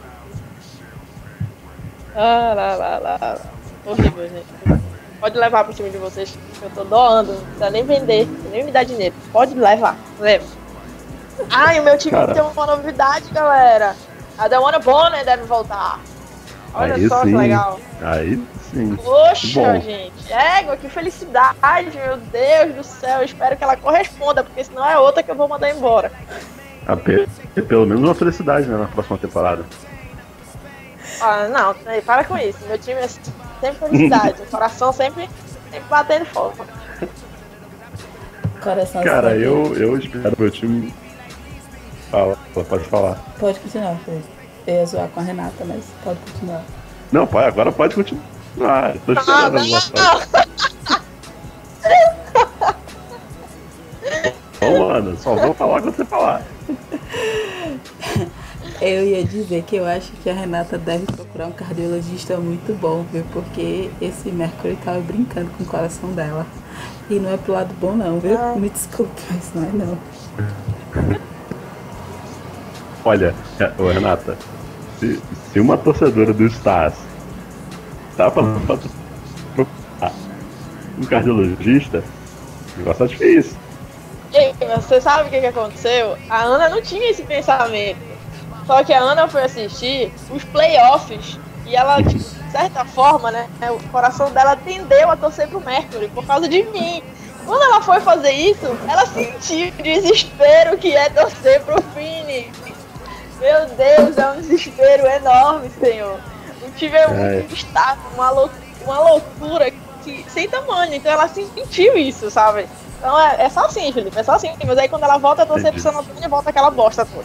A. Ah, lá, lá, lá. Horrível, gente. Pode levar pro time de vocês, que eu tô doando. Não precisa nem vender, nem me dar dinheiro. Pode levar, leva. Ah, e o meu time Cara. tem uma novidade, galera. A Dawana Bonner deve voltar. Olha Aí só sim. que legal. Aí sim. Poxa, Bom. gente. Égua, que felicidade, meu Deus do céu. Eu espero que ela corresponda, porque senão é outra que eu vou mandar embora. Ah, pelo menos uma felicidade, né, na próxima temporada. Ah, não, para com isso. Meu time é sempre felicidade. O coração sempre, sempre batendo fogo. Coração Cara, eu, eu espero meu time. Fala, pode falar. Pode continuar, Felipe. Eu ia zoar com a Renata, mas pode continuar. Não, pai, agora pode continuar. Tô esperando ah, a Bom, mano, só vou falar quando você falar. Eu ia dizer que eu acho que a Renata deve procurar um cardiologista muito bom, viu? Porque esse Mercury tava brincando com o coração dela. E não é pro lado bom não, viu? Me desculpe, mas não é não. Olha, ô Renata, se, se uma torcedora do Stars tá pra procurar um cardiologista, o negócio é difícil. E você sabe o que, que aconteceu? A Ana não tinha esse pensamento. Só que a Ana foi assistir os playoffs e ela, de certa forma, né, o coração dela tendeu a torcer pro Mercury por causa de mim. Quando ela foi fazer isso, ela sentiu o desespero que é torcer pro Phoenix. Meu Deus, é um desespero enorme, senhor. O time é muito estável, uma, lou uma loucura que, sem tamanho. Então ela sentiu isso, sabe? Então é, é só assim, Felipe, é só assim. Mas aí quando ela volta a torcer pro San Antonio, volta aquela bosta toda.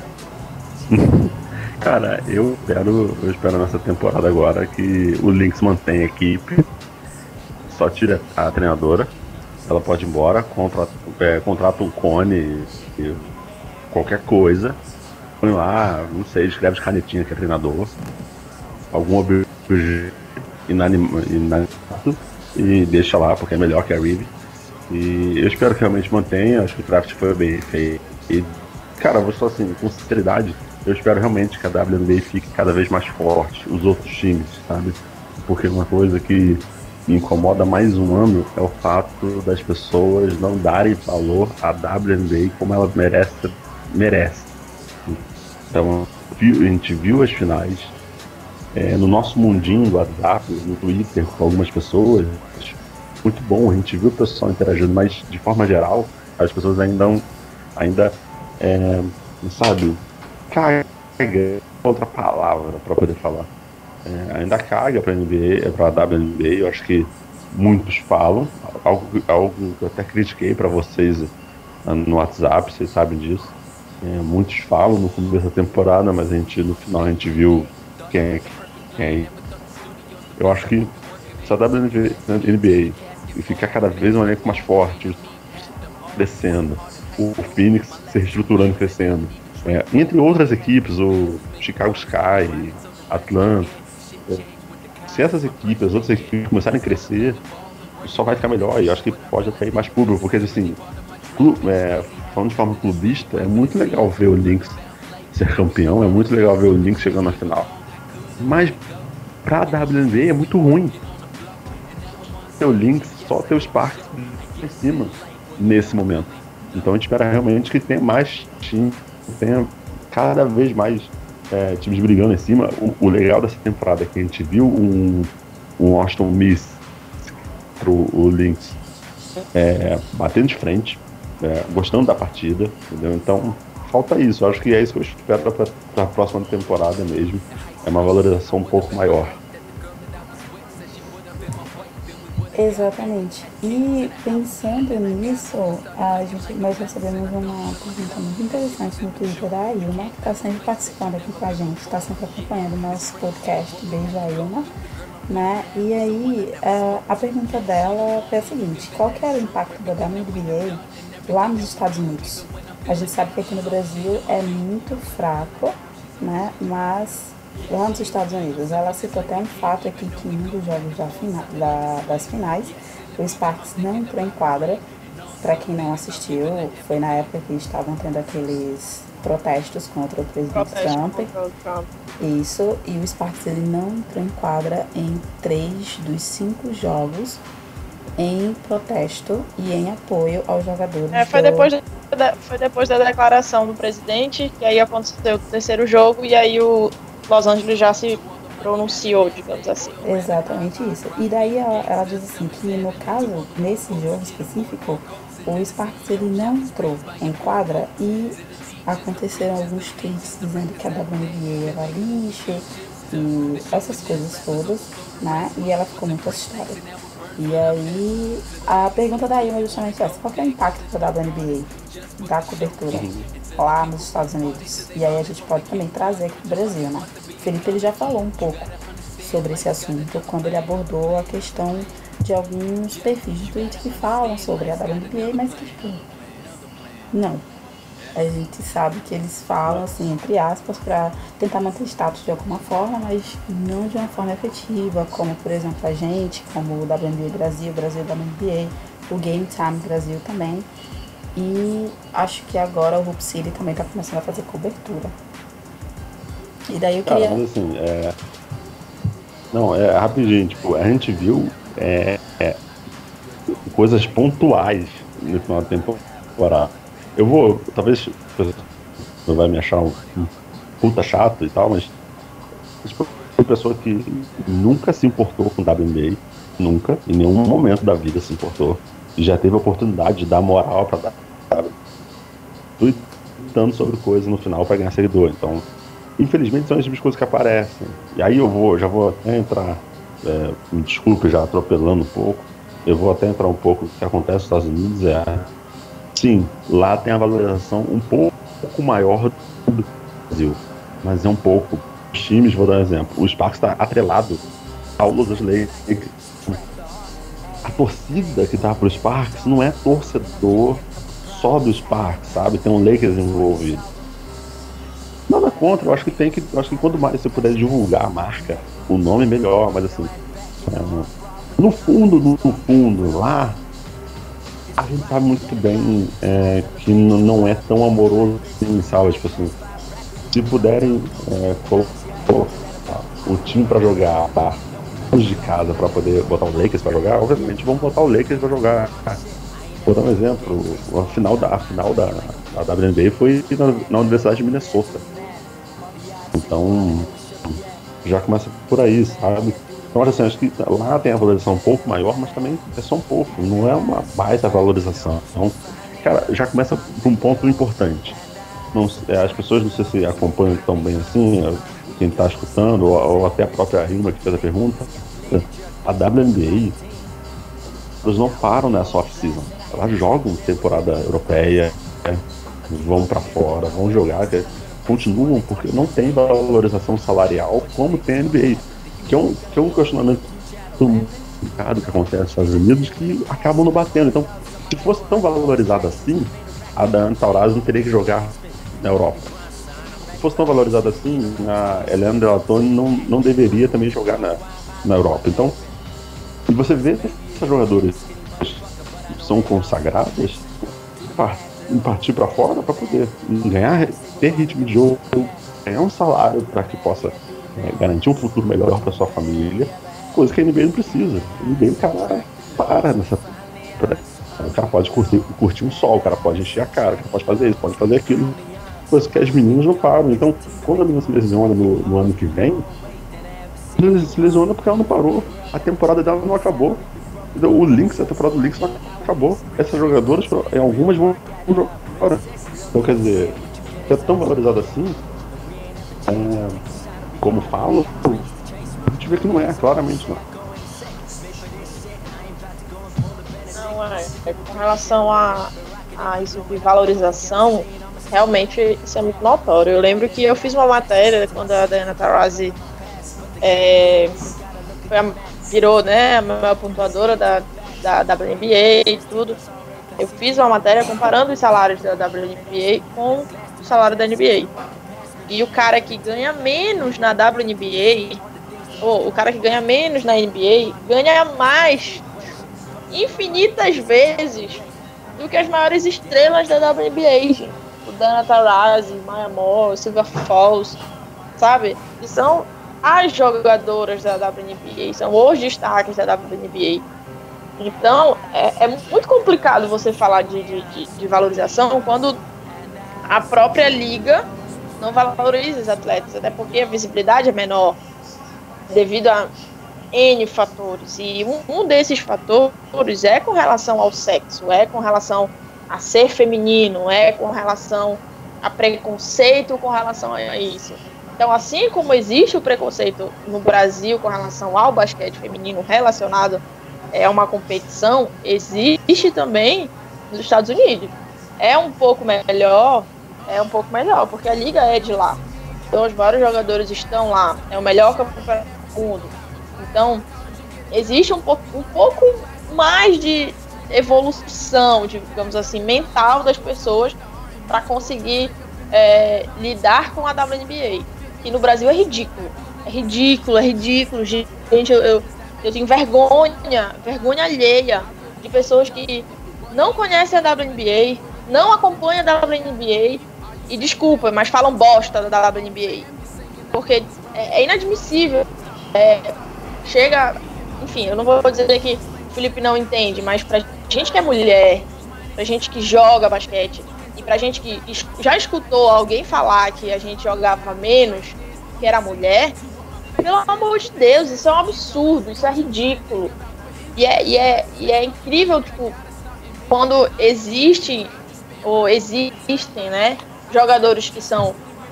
Cara, eu espero, eu espero nessa temporada agora que o Lynx mantenha a equipe, só tira a treinadora, ela pode ir embora, contrata, é, contrata um cone, qualquer coisa, põe lá, não sei, escreve de canetinha que é treinador, algum objeto inanimado e deixa lá, porque é melhor que a Reeve. E eu espero que realmente mantenha, acho que o draft foi bem feito. E, cara, vou só assim, com sinceridade, eu espero realmente que a W N B A fique cada vez mais forte, os outros times, sabe? Porque uma coisa que me incomoda mais um ano é o fato das pessoas não darem valor à W N B A como ela merece. merece. Então, a gente viu as finais é, no nosso mundinho do WhatsApp, no Twitter, com algumas pessoas. Muito bom, a gente viu o pessoal interagindo, mas de forma geral, as pessoas ainda, ainda é, sabe, caga, outra palavra para poder falar. É, ainda caga para a N B A, para a W N B A, eu acho que muitos falam, algo, algo que eu até critiquei para vocês no WhatsApp, vocês sabem disso. É, muitos falam no começo da temporada, mas a gente, no final a gente viu quem é quem. Eu acho que se a W N B A ficar cada vez um elenco mais forte, crescendo. O Phoenix se reestruturando e crescendo. É, entre outras equipes, o Chicago Sky, Atlanta. É, se essas equipes, as outras equipes começarem a crescer, só vai ficar melhor. E acho que pode atrair mais público, porque assim, clube, é, falando de forma clubista, é muito legal ver o Lynx ser campeão, é muito legal ver o Lynx chegando na final. Mas pra W N B A é muito ruim ter o Lynx, só ter os Sparks em cima nesse momento. Então a gente espera realmente que tenha mais times, tenha cada vez mais é, times brigando em cima. O, o legal dessa temporada é que a gente viu um, um Austin Miss pro o Lynx é, batendo de frente, é, gostando da partida, entendeu? Então falta isso. Eu acho que é isso que eu espero para a próxima temporada mesmo. É uma valorização um pouco maior. Exatamente. E pensando nisso, a gente, nós recebemos uma pergunta muito interessante no Twitter da Ilma, que está sempre participando aqui com a gente, está sempre acompanhando o nosso podcast. Beijo a Ilma. Né? E aí, a, a pergunta dela é a seguinte: qual que era o impacto da W N B A lá nos Estados Unidos? A gente sabe que aqui no Brasil é muito fraco, né? Mas lá nos Estados Unidos, ela citou até um fato aqui que em um dos jogos da fina, da, das finais, o Sparks não entrou em quadra. Para quem não assistiu, foi na época que estavam tendo aqueles protestos contra o presidente Trump. Trump. Isso, e o Sparks ele não entrou em quadra em três dos cinco jogos em protesto e em apoio aos jogadores. É, foi, do... depois da, foi depois da declaração do presidente, que aí aconteceu o terceiro jogo, e aí o Los Angeles já se pronunciou, digamos assim. Exatamente isso. E daí ela, ela diz assim que no caso, nesse jogo específico, o Sparks ele não entrou em quadra e aconteceram alguns tweets dizendo que a W N B A era lixo e essas coisas todas, né? E ela ficou muito assustada. E aí, a pergunta da Ilma é justamente essa: qual que é o impacto da W N B A, da cobertura lá nos Estados Unidos? E aí a gente pode também trazer aqui pro Brasil, né? O Felipe ele já falou um pouco sobre esse assunto quando ele abordou a questão de alguns perfis de Twitter que falam sobre a W N B A, mas que, tipo, não. A gente sabe que eles falam, assim, entre aspas, para tentar manter status de alguma forma, mas não de uma forma efetiva, como, por exemplo, a gente, como o W N B A Brasil, Brasil W N B A, o Game Time Brasil também. E acho que agora o Hoop City também está começando a fazer cobertura. E daí eu queria... Cara, mas assim, é... Não, é rapidinho, tipo, a gente viu é, é, coisas pontuais no final da temporada. Eu vou, talvez você vai me achar um, um puta chato e tal, mas foi uma pessoa que nunca se importou com W N B A, nunca, em nenhum momento da vida se importou, e já teve a oportunidade de dar moral pra dar, sabe? Tweetando sobre coisas no final pra ganhar seguidor. Então, infelizmente são esse tipo de coisas que aparecem. E aí eu vou, já vou até entrar, é, me desculpe já atropelando um pouco, eu vou até entrar um pouco no que acontece nos Estados Unidos. É sim, lá tem a valorização um pouco maior do Brasil, mas é um pouco. Os times, vou dar um exemplo, o Sparks está atrelado ao Los Angeles Lakers. A torcida que tá pro Sparks não é torcedor só do Sparks, sabe? Tem um Lakers envolvido. Nada contra, eu acho que tem que. Eu acho que quanto mais você puder divulgar a marca, o nome melhor, mas assim. É, no fundo, no fundo, lá. A gente sabe muito bem é, que n- não é tão amoroso assim, sabe? Tipo assim, se puderem é, colocar o time pra jogar, tá? De casa pra poder botar o Lakers pra jogar, obviamente vamos botar o Lakers pra jogar. Vou dar um exemplo: a final da, a final da, da W N B A foi na, na Universidade de Minnesota. Então, já começa por aí, sabe? Então, assim, acho que lá tem a valorização um pouco maior, mas também é só um pouco, não é uma baita valorização. Então, cara, já começa por um ponto importante. Não, as pessoas não sei se acompanham tão bem assim, quem está escutando, ou, ou até a própria Hilma que fez a pergunta. A W N B A, eles não param nessa off-season. Elas jogam temporada europeia, né? Vão para fora, vão jogar, continuam, porque não tem valorização salarial como tem a N B A. Que é um, que é um questionamento complicado que acontece nos Estados Unidos que acabam não batendo. Então, se fosse tão valorizada assim, a Diana Taurasi não teria que jogar na Europa. Se fosse tão valorizada assim, a Helena Della Torre não, não deveria também jogar na, na Europa. Então, e você vê essas jogadoras que são consagradas em partir para fora para poder ganhar, ter ritmo de jogo, ganhar um salário para que possa é, garantir um futuro melhor para sua família, coisa que a N B A não precisa. A N B A, o cara para nessa. O cara pode curtir, curtir um sol, o cara pode encher a cara, o cara pode fazer isso, pode fazer aquilo, coisa que as meninas não param. Então, quando a menina se lesiona no, no ano que vem, se lesiona porque ela não parou, a temporada dela não acabou. O Lynx, a temporada do Lynx não acabou. Essas jogadoras, algumas vão jogar fora. Então, quer dizer, é tão valorizado assim, é, como falo, a gente vê que não é, claramente não. Não, é, é com relação a, a isso de valorização, realmente isso é muito notório. Eu lembro que eu fiz uma matéria quando a Diana Taurasi é, foi a, virou, né, a maior pontuadora da, da W N B A e tudo. Eu fiz uma matéria comparando os salários da W N B A com o salário da N B A. E o cara que ganha menos na W N B A, ou o cara que ganha menos na N B A, ganha mais, infinitas vezes, do que as maiores estrelas da W N B A. Gente. O Diana Taurasi, Maya Moore, Sylvia Fowles, sabe? Que são as jogadoras da W N B A, são os destaques da W N B A. Então, é, é muito complicado você falar de, de, de, de valorização quando a própria liga não valoriza os atletas, até porque a visibilidade é menor devido a N fatores. E um, um desses fatores é com relação ao sexo, é com relação a ser feminino, é com relação a preconceito com relação a isso. Então, assim como existe o preconceito no Brasil com relação ao basquete feminino relacionado a uma competição, existe também nos Estados Unidos. É um pouco melhor, é um pouco melhor, porque a liga é de lá. Então, os vários jogadores estão lá. É o melhor campeonato do mundo. Então, existe um pouco, um pouco mais de evolução, digamos assim, mental das pessoas para conseguir é, lidar com a W N B A. E no Brasil é ridículo. É ridículo, é ridículo. Gente, eu, eu, eu tenho vergonha, vergonha alheia de pessoas que não conhecem a W N B A, não acompanham a W N B A e, desculpa, mas falam bosta da W N B A. Porque é, é inadmissível. É, chega, enfim, eu não vou dizer que o Felipe não entende, mas pra gente que é mulher, pra gente que joga basquete, e pra gente que já escutou alguém falar que a gente jogava menos, que era mulher, pelo amor de Deus, isso é um absurdo, isso é ridículo. E é, e é, e é incrível, tipo, quando existem, ou existem, né, jogadores que são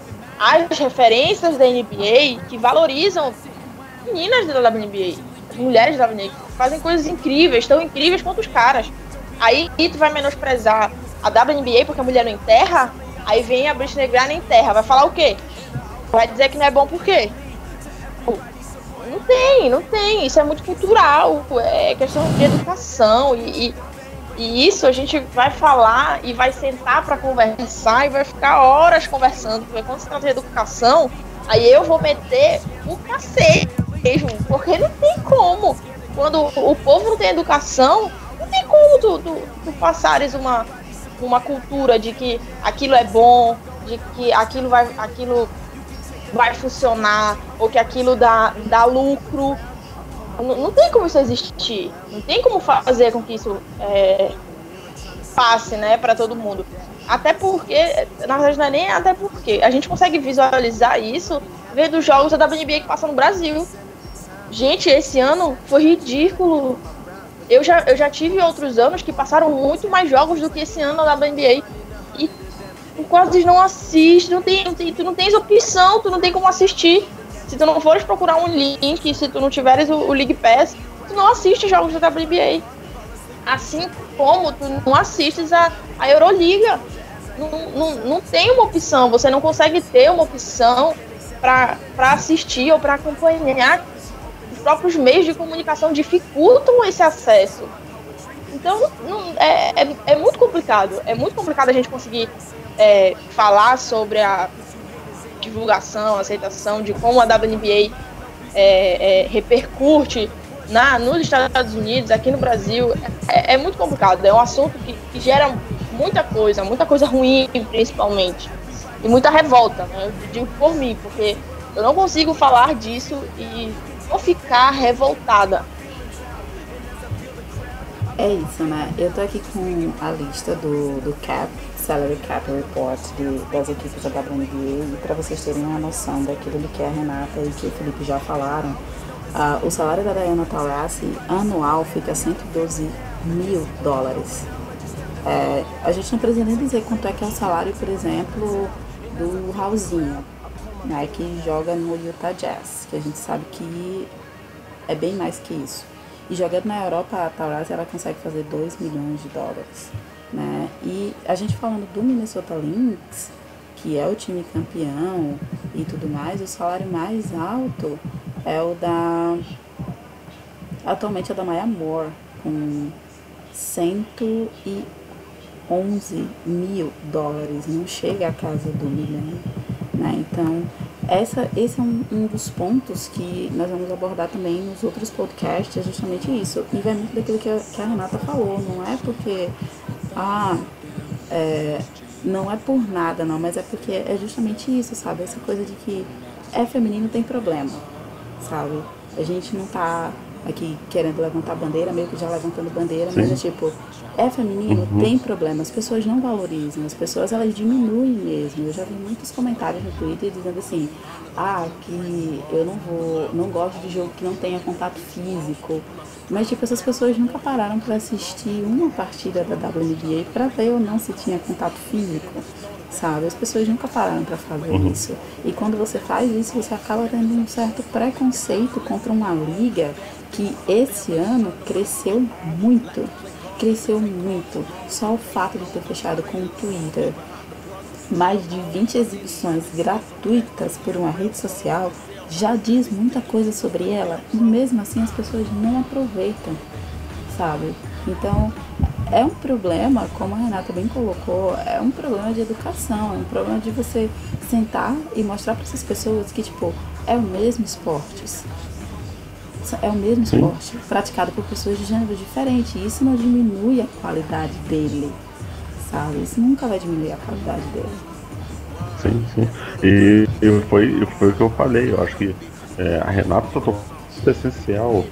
as referências da N B A, que valorizam meninas da W N B A, as mulheres da W N B A, que fazem coisas incríveis, tão incríveis quanto os caras. Aí tu vai menosprezar a W N B A porque a mulher não enterra, aí vem a Brittney Griner na enterra, vai falar o quê? Vai dizer que não é bom por quê? Não tem, não tem, isso é muito cultural, é questão de educação e, e, e isso a gente vai falar e vai sentar para conversar e vai ficar horas conversando, porque quando se trata de educação, aí eu vou meter o cacete mesmo, porque não tem como, quando o povo não tem educação, não tem como tu, tu, tu passares uma, uma cultura de que aquilo é bom, de que aquilo vai, aquilo vai funcionar, ou que aquilo dá, dá lucro. Não, não tem como isso existir, não tem como fazer com que isso é, passe, né, para todo mundo. Até porque, na verdade não é nem até porque, a gente consegue visualizar isso vendo os jogos da W N B A que passam no Brasil. Gente, esse ano foi ridículo. Eu já, eu já tive outros anos que passaram muito mais jogos do que esse ano na W N B A. E tu quase não assiste, não tem, não tem, tu não tens opção, tu não tem como assistir. Se tu não fores procurar um link, se tu não tiveres o, o League Pass, tu não assiste jogos da W N B A. Assim como tu não assistes a, a Euroliga. Não, não, não tem uma opção, você não consegue ter uma opção para assistir ou para acompanhar próprios meios de comunicação dificultam esse acesso. Então, não, é, é, é muito complicado. É muito complicado a gente conseguir é, falar sobre a divulgação, a aceitação de como a W N B A é, é, repercute na, nos Estados Unidos, aqui no Brasil. É, é muito complicado. É um assunto que, que gera muita coisa, muita coisa ruim, principalmente. E muita revolta, né? Eu digo por mim, porque eu não consigo falar disso e não ficar revoltada. É isso, né? Eu tô aqui com a lista do, do Cap, Salary Cap Report de, das equipes da W N B A, e para vocês terem uma noção daquilo que a Renata e que o Felipe já falaram, uh, o salário da Diana Taurasi anual fica cento e doze mil dólares. É, a gente não precisa nem dizer quanto é que é o salário, por exemplo, do Raulzinho, né, que joga no Utah Jazz, que a gente sabe que é bem mais que isso. E jogando na Europa, a Taurasi ela consegue fazer dois milhões de dólares, né? E a gente falando do Minnesota Lynx, que é o time campeão e tudo mais, o salário mais alto é o da... atualmente é da Maya Moore, com cento e onze mil dólares, não chega à casa do milhão, né? Então, essa, esse é um, um dos pontos que nós vamos abordar também nos outros podcasts, é justamente isso. E vai muito daquilo que a, que a Renata falou, não é porque, ah, é, não é por nada não, mas é porque é justamente isso, sabe? Essa coisa de que é feminino tem problema, sabe? A gente não tá aqui querendo levantar bandeira, meio que já levantando bandeira, Sim. mas é tipo, é feminino, uhum. tem problema, as pessoas não valorizam, as pessoas elas diminuem mesmo. Eu já vi muitos comentários no Twitter dizendo assim, ah, que eu não vou, não gosto de jogo que não tenha contato físico, mas tipo, essas pessoas nunca pararam para assistir uma partida da W N B A para ver ou não se tinha contato físico, sabe? As pessoas nunca pararam para fazer uhum. isso. E quando você faz isso, você acaba tendo um certo preconceito contra uma liga que esse ano cresceu muito. Cresceu muito. Só o fato de ter fechado com o Twitter mais de vinte exibições gratuitas por uma rede social já diz muita coisa sobre ela. E mesmo assim as pessoas não aproveitam, sabe? Então é um problema, como a Renata bem colocou, é um problema de educação, é um problema de você sentar e mostrar para essas pessoas que, tipo, é o mesmo esporte. É o mesmo Sim. esporte, praticado por pessoas de gênero diferente. E isso não diminui a qualidade dele, sabe? Isso nunca vai diminuir a qualidade dele. Sim, sim. E, e foi, foi o que eu falei. Eu acho que é, a Renata tocou essencial.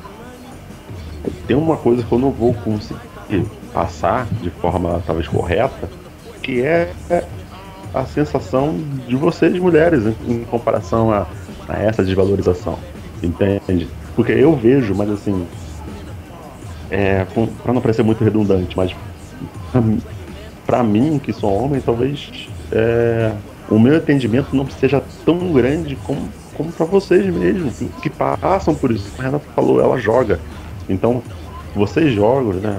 Tem uma coisa que eu não vou conseguir passar de forma talvez correta, que é a sensação de vocês mulheres em, em comparação a, a essa desvalorização, entende? Porque eu vejo, mas assim, é, para não parecer muito redundante, mas para mim, que sou homem, talvez é, o meu entendimento não seja tão grande como, como para vocês mesmo, que, que passam por isso. A Renata falou, ela joga. Então, vocês jogam, né?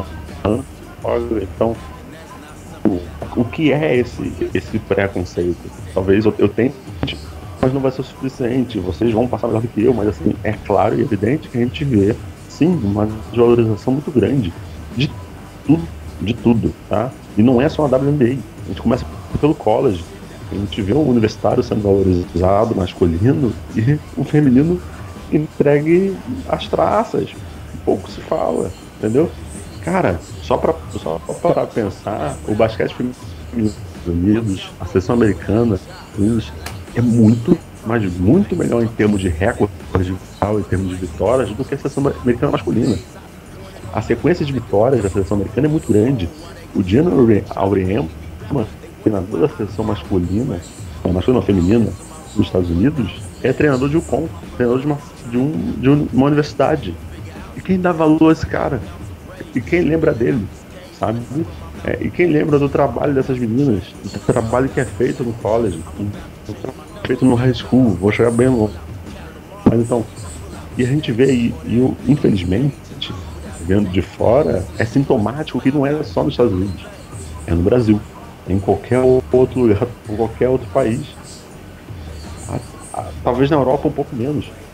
Então, o, o que é esse, esse preconceito? Talvez eu, eu tente, mas não vai ser o suficiente. Vocês vão passar melhor do que eu, mas assim, é claro e evidente que a gente vê, sim, uma desvalorização muito grande de tudo, de tudo, tá? E não é só a W N B A. A gente começa pelo college. A gente vê o universitário sendo valorizado, masculino, e o feminino entregue as traças. Pouco se fala, entendeu? Cara, só pra, só pra pensar, o basquete feminino dos Estados Unidos, a seleção americana dos Unidos, é muito, mas muito melhor em termos de recorde em termos de vitórias, do que a seleção americana masculina. A sequência de vitórias da seleção americana é muito grande. O Geno Auriemma, treinador da seleção masculina, não, masculina não, feminina, dos Estados Unidos, é treinador de U C O M, treinador de uma, de um, de uma universidade. E quem dá valor a esse cara? E quem lembra dele, sabe? É, e quem lembra do trabalho dessas meninas, do trabalho que é feito no college, do trabalho feito no high school, vou chegar bem longe. Mas então, e a gente vê, e, e infelizmente, vendo de fora, é sintomático que não é só nos Estados Unidos, é no Brasil, é em qualquer outro lugar, em qualquer outro país. A, a, talvez na Europa um pouco menos,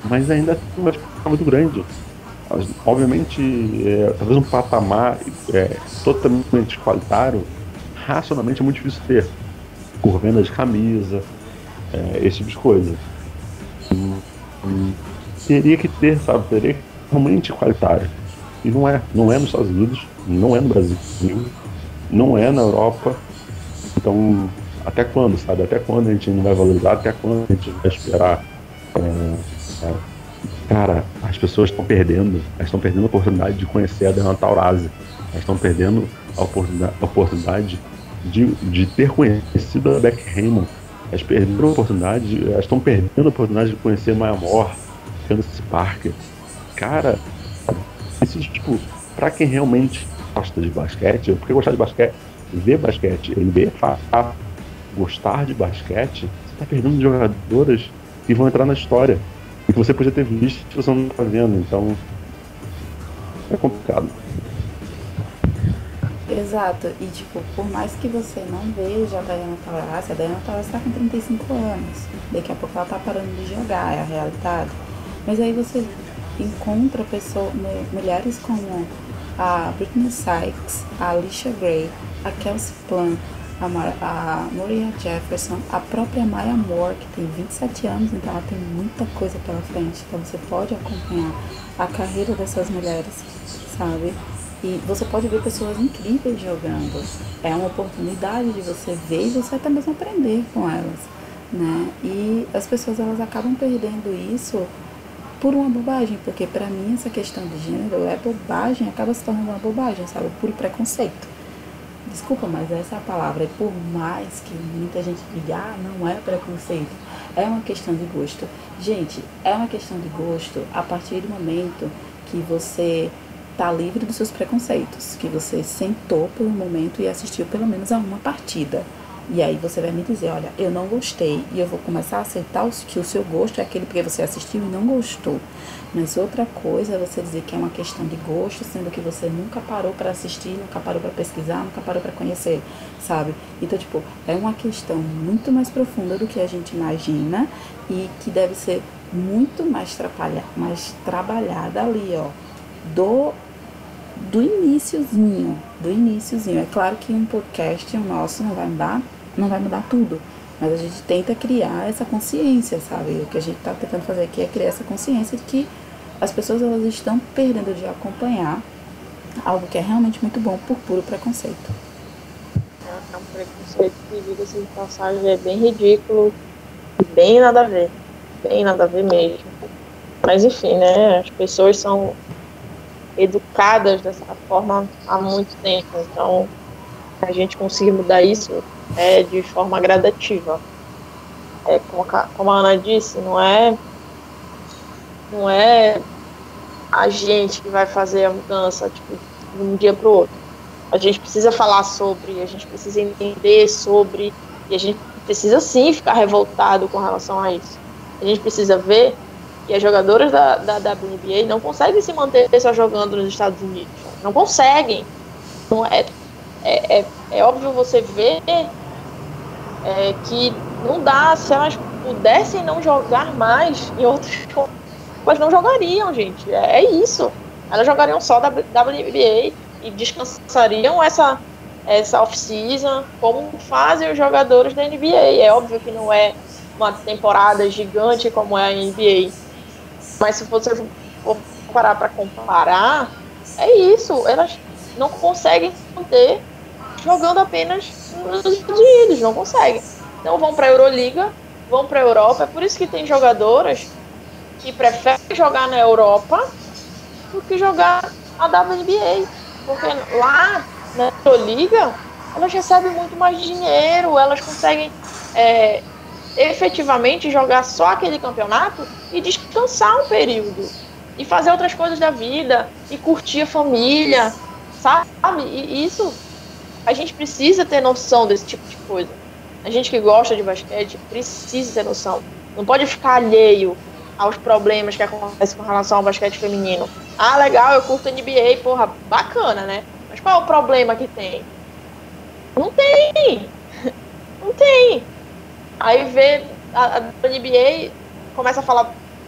mas ainda tem uma diferença muito grande. Obviamente, é, talvez um patamar é, totalmente igualitário, racionalmente é muito difícil ter, por venda de camisa, é, esse tipo de coisa. Hum, hum, teria que ter, sabe, teria que ser realmente igualitário. E não é, não é nos Estados Unidos, não é no Brasil, não é na Europa. Então, até quando, sabe? Até quando a gente não vai valorizar? Até quando a gente vai esperar? É, é, cara, as pessoas estão perdendo, elas estão perdendo a oportunidade de conhecer a Diana Taurasi. Elas estão perdendo a oportunidade, a oportunidade de, de ter conhecido a Beck Hammond. Elas perderam a oportunidade, elas estão perdendo a oportunidade de conhecer Maya Moore, Candace Parker. Cara, isso, tipo, pra quem realmente gosta de basquete, porque gostar de basquete, ver basquete, N B A é fácil. Gostar de basquete, você tá perdendo jogadoras que vão entrar na história e que você podia ter visto se você não tá vendo. Então é complicado. Exato, e tipo, por mais que você não veja a Diana Taurasi, a Diana Taurasi tá com trinta e cinco anos, daqui a pouco ela tá parando de jogar, é a realidade. Mas aí você encontra pessoas, mulheres como a Britney Sykes, a Alicia Gray, a Kelsey Plum, a, Mar a Maria Jefferson, a própria Maya Moore, que tem vinte e sete anos, então ela tem muita coisa pela frente, então você pode acompanhar a carreira dessas mulheres, sabe? E você pode ver pessoas incríveis jogando. É uma oportunidade de você ver e você até mesmo aprender com elas, né? E as pessoas, elas acabam perdendo isso por uma bobagem, porque pra mim essa questão de gênero é bobagem, acaba se tornando uma bobagem, sabe? Puro preconceito. Desculpa, mas essa é a palavra. E por mais que muita gente diga, ah, não é preconceito, é uma questão de gosto. Gente, é uma questão de gosto a partir do momento que você tá livre dos seus preconceitos, que você sentou por um momento e assistiu pelo menos a uma partida. E aí você vai me dizer, olha, eu não gostei, e eu vou começar a aceitar que o seu gosto é aquele porque você assistiu e não gostou. Mas outra coisa é você dizer que é uma questão de gosto, sendo que você nunca parou para assistir, nunca parou para pesquisar, nunca parou para conhecer, sabe? Então, tipo, é uma questão muito mais profunda do que a gente imagina e que deve ser muito mais, trabalha, mais trabalhada ali, ó, do, do iniciozinho, do iniciozinho. É claro que um podcast, o nosso, não vai mudar, não vai mudar tudo, mas a gente tenta criar essa consciência, sabe? O que a gente está tentando fazer aqui é criar essa consciência de que as pessoas, elas estão perdendo de acompanhar algo que é realmente muito bom por puro preconceito. É um preconceito que, diga-se de passagem, é bem ridículo, bem nada a ver, bem nada a ver mesmo. Mas enfim, né? As pessoas são educadas dessa forma há muito tempo, então a gente conseguir mudar isso é de forma gradativa. É, como, a, como a Ana disse, não é, não é a gente que vai fazer a mudança tipo, de um dia para o outro. A gente precisa falar sobre, a gente precisa entender sobre, e a gente precisa sim ficar revoltado com relação a isso. A gente precisa ver que as jogadoras da, da W N B A não conseguem se manter só jogando nos Estados Unidos. Não conseguem. Não é, é, é, é óbvio você ver é, que não dá, se elas pudessem não jogar mais em outros clubes, elas não jogariam, gente. É, é isso. Elas jogariam só da W N B A e descansariam essa, essa off-season como fazem os jogadores da N B A. É óbvio que não é uma temporada gigante como é a N B A. Mas se você for parar para comparar, é isso. Elas não conseguem manter jogando apenas nos Estados Unidos, não conseguem. Então vão para a Euroliga, vão para a Europa. É por isso que tem jogadoras que preferem jogar na Europa do que jogar na W N B A. Porque lá na Euroliga, elas recebem muito mais dinheiro, elas conseguem é, efetivamente jogar só aquele campeonato e descansar um período. E fazer outras coisas da vida, e curtir a família, sabe? E isso, a gente precisa ter noção desse tipo de coisa. A gente que gosta de basquete precisa ter noção. Não pode ficar alheio aos problemas que acontecem com relação ao basquete feminino. Ah, legal, eu curto N B A, porra, bacana, né? Mas qual é o problema que tem? Não tem! Não tem! Aí vê a, a N B A, começa a falar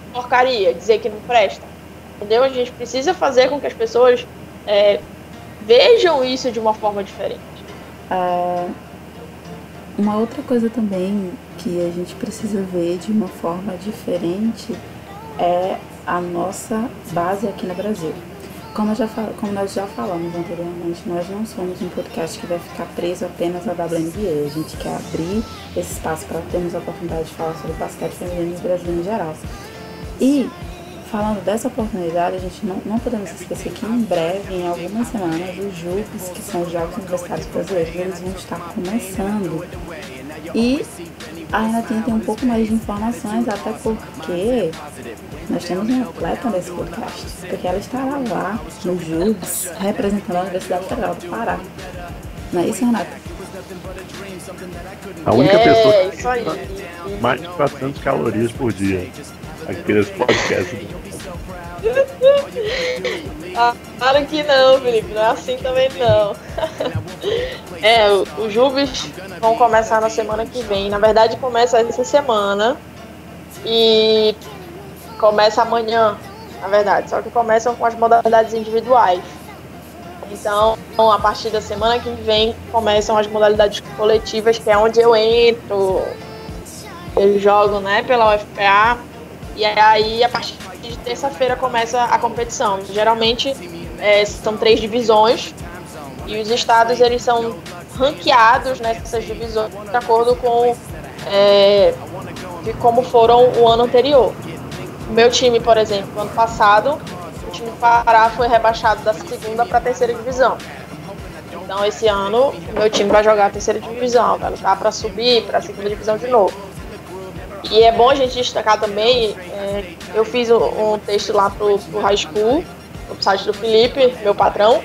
porcaria, dizer que não presta. Entendeu? A gente precisa fazer com que as pessoas é, vejam isso de uma forma diferente. Uh, uma outra coisa também que a gente precisa ver de uma forma diferente é a nossa base aqui no Brasil. Como, já, como nós já falamos anteriormente, nós não somos um podcast que vai ficar preso apenas à W N B A. A gente quer abrir esse espaço para termos a oportunidade de falar sobre basquete feminino no Brasil em geral. E, falando dessa oportunidade, a gente não, não podemos esquecer que em breve, em algumas semanas, os JUPs, que são os Jogos Universitários Brasileiros, eles vão estar começando. E a Renatinha tem um pouco mais de informações, até porque nós temos uma atleta nesse podcast, porque ela estará lá no JUPs, representando a Universidade Federal do Pará. Não é isso, Renata? A única é, pessoa que isso aí. tem mais de quatrocentas calorias por dia aqui nesse podcast. Ah, claro que não, Felipe, não é assim também não. É, os JUPs vão começar na semana que vem. Na verdade, começa essa semana e começa amanhã, na verdade. Só que começam com as modalidades individuais. Então, a partir da semana que vem, começam as modalidades coletivas, que é onde eu entro. Eles jogam, né, pela U F P A. E aí, a partir de terça-feira, começa a competição. Geralmente, é, são três divisões. E os estados, eles são ranqueados nessas divisões de acordo com é, de como foram o ano anterior. O meu time, por exemplo, no ano passado, o time do Pará foi rebaixado da segunda para a terceira divisão. Então, esse ano, o meu time vai jogar a terceira divisão, vai lutar para subir para a segunda divisão de novo. E é bom a gente destacar também, é, eu fiz um, um texto lá pro, pro High School, no site do Felipe, meu patrão.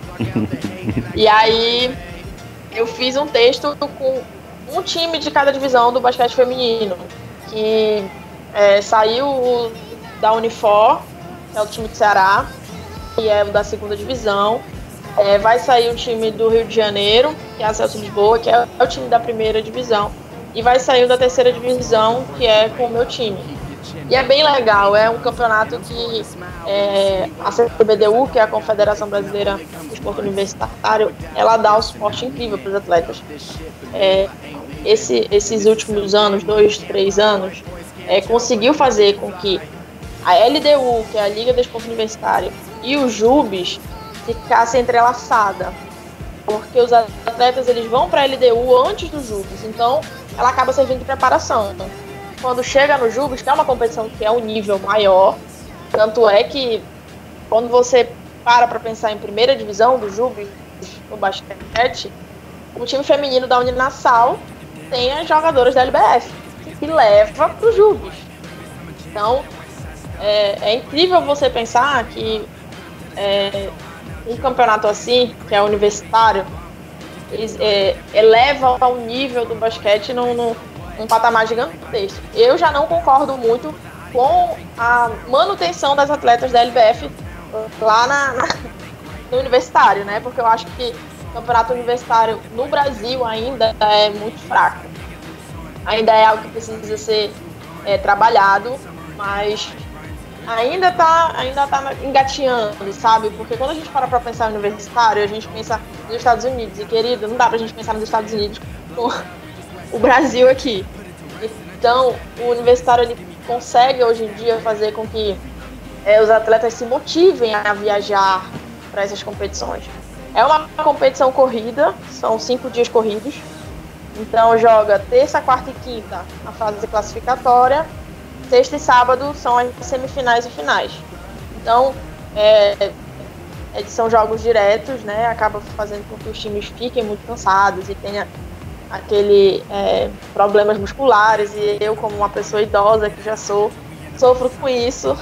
E aí, eu fiz um texto com um time de cada divisão do basquete feminino, que é, saiu da Unifor, que é o time do Ceará, que é o da segunda divisão. É, vai sair o time do Rio de Janeiro, que é a Celso Lisboa, que é o time da primeira divisão. E vai sair o da terceira divisão, que é com o meu time. E é bem legal, é um campeonato que é, a C B D U, que é a Confederação Brasileira do Esporte Universitário, ela dá um suporte incrível para os atletas. É, esse, esses últimos anos, dois, três anos, é, conseguiu fazer com que a L D U, que é a Liga do Esporte Universitário, e os JUBs ficassem entrelaçadas. Porque os atletas eles vão para a L D U antes dos JUBs, então ela acaba servindo de preparação. Então, quando chega no JUBs, que é uma competição que é um nível maior, tanto é que quando você para para pensar em primeira divisão do JUBs, no basquete, o time feminino da Uninassal tem as jogadoras da L B F, que leva para os JUBs. Então, é, é incrível você pensar que é, um campeonato assim, que é universitário, eles é, eleva ao nível do basquete num, num, num patamar gigantesco. Eu já não concordo muito com a manutenção das atletas da L B F lá na, na, no universitário, né? Porque eu acho que o campeonato universitário no Brasil ainda é muito fraco. Ainda é algo que precisa ser é, trabalhado, mas ainda está ainda tá engateando, sabe? Porque quando a gente para para pensar no universitário, a gente pensa nos Estados Unidos. E, querido, não dá pra gente pensar nos Estados Unidos com o Brasil aqui. Então, o universitário ele consegue, hoje em dia, fazer com que é, os atletas se motivem a viajar para essas competições. É uma competição corrida, são cinco dias corridos. Então, joga terça, quarta e quinta a fase classificatória. Sexta e sábado são as semifinais e finais. Então, é, é, são jogos diretos, né? Acaba fazendo com que os times fiquem muito cansados e tenha aquele é, problemas musculares. E eu, como uma pessoa idosa que já sou, sofro com isso.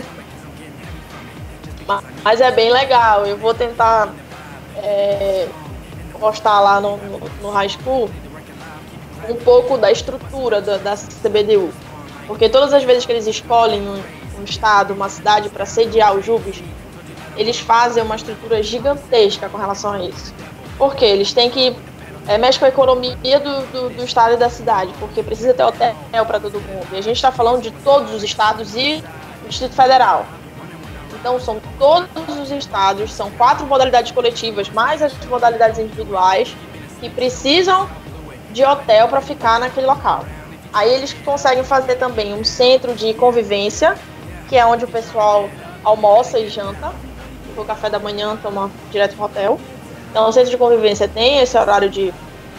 Mas é bem legal. Eu vou tentar é, postar lá no, no, no High School um pouco da estrutura da, da C B D U. Porque todas as vezes que eles escolhem um, um estado, uma cidade para sediar os JUBs, eles fazem uma estrutura gigantesca com relação a isso. Porque eles têm que é, mexe com a economia do, do, do estado e da cidade, porque precisa ter hotel para todo mundo. E a gente está falando de todos os estados e o Distrito Federal. Então, são todos os estados, são quatro modalidades coletivas, mais as modalidades individuais, que precisam de hotel para ficar naquele local. Aí eles conseguem fazer também um centro de convivência, que é onde o pessoal almoça e janta. O café da manhã toma direto no hotel. Então, o centro de convivência tem esse horário de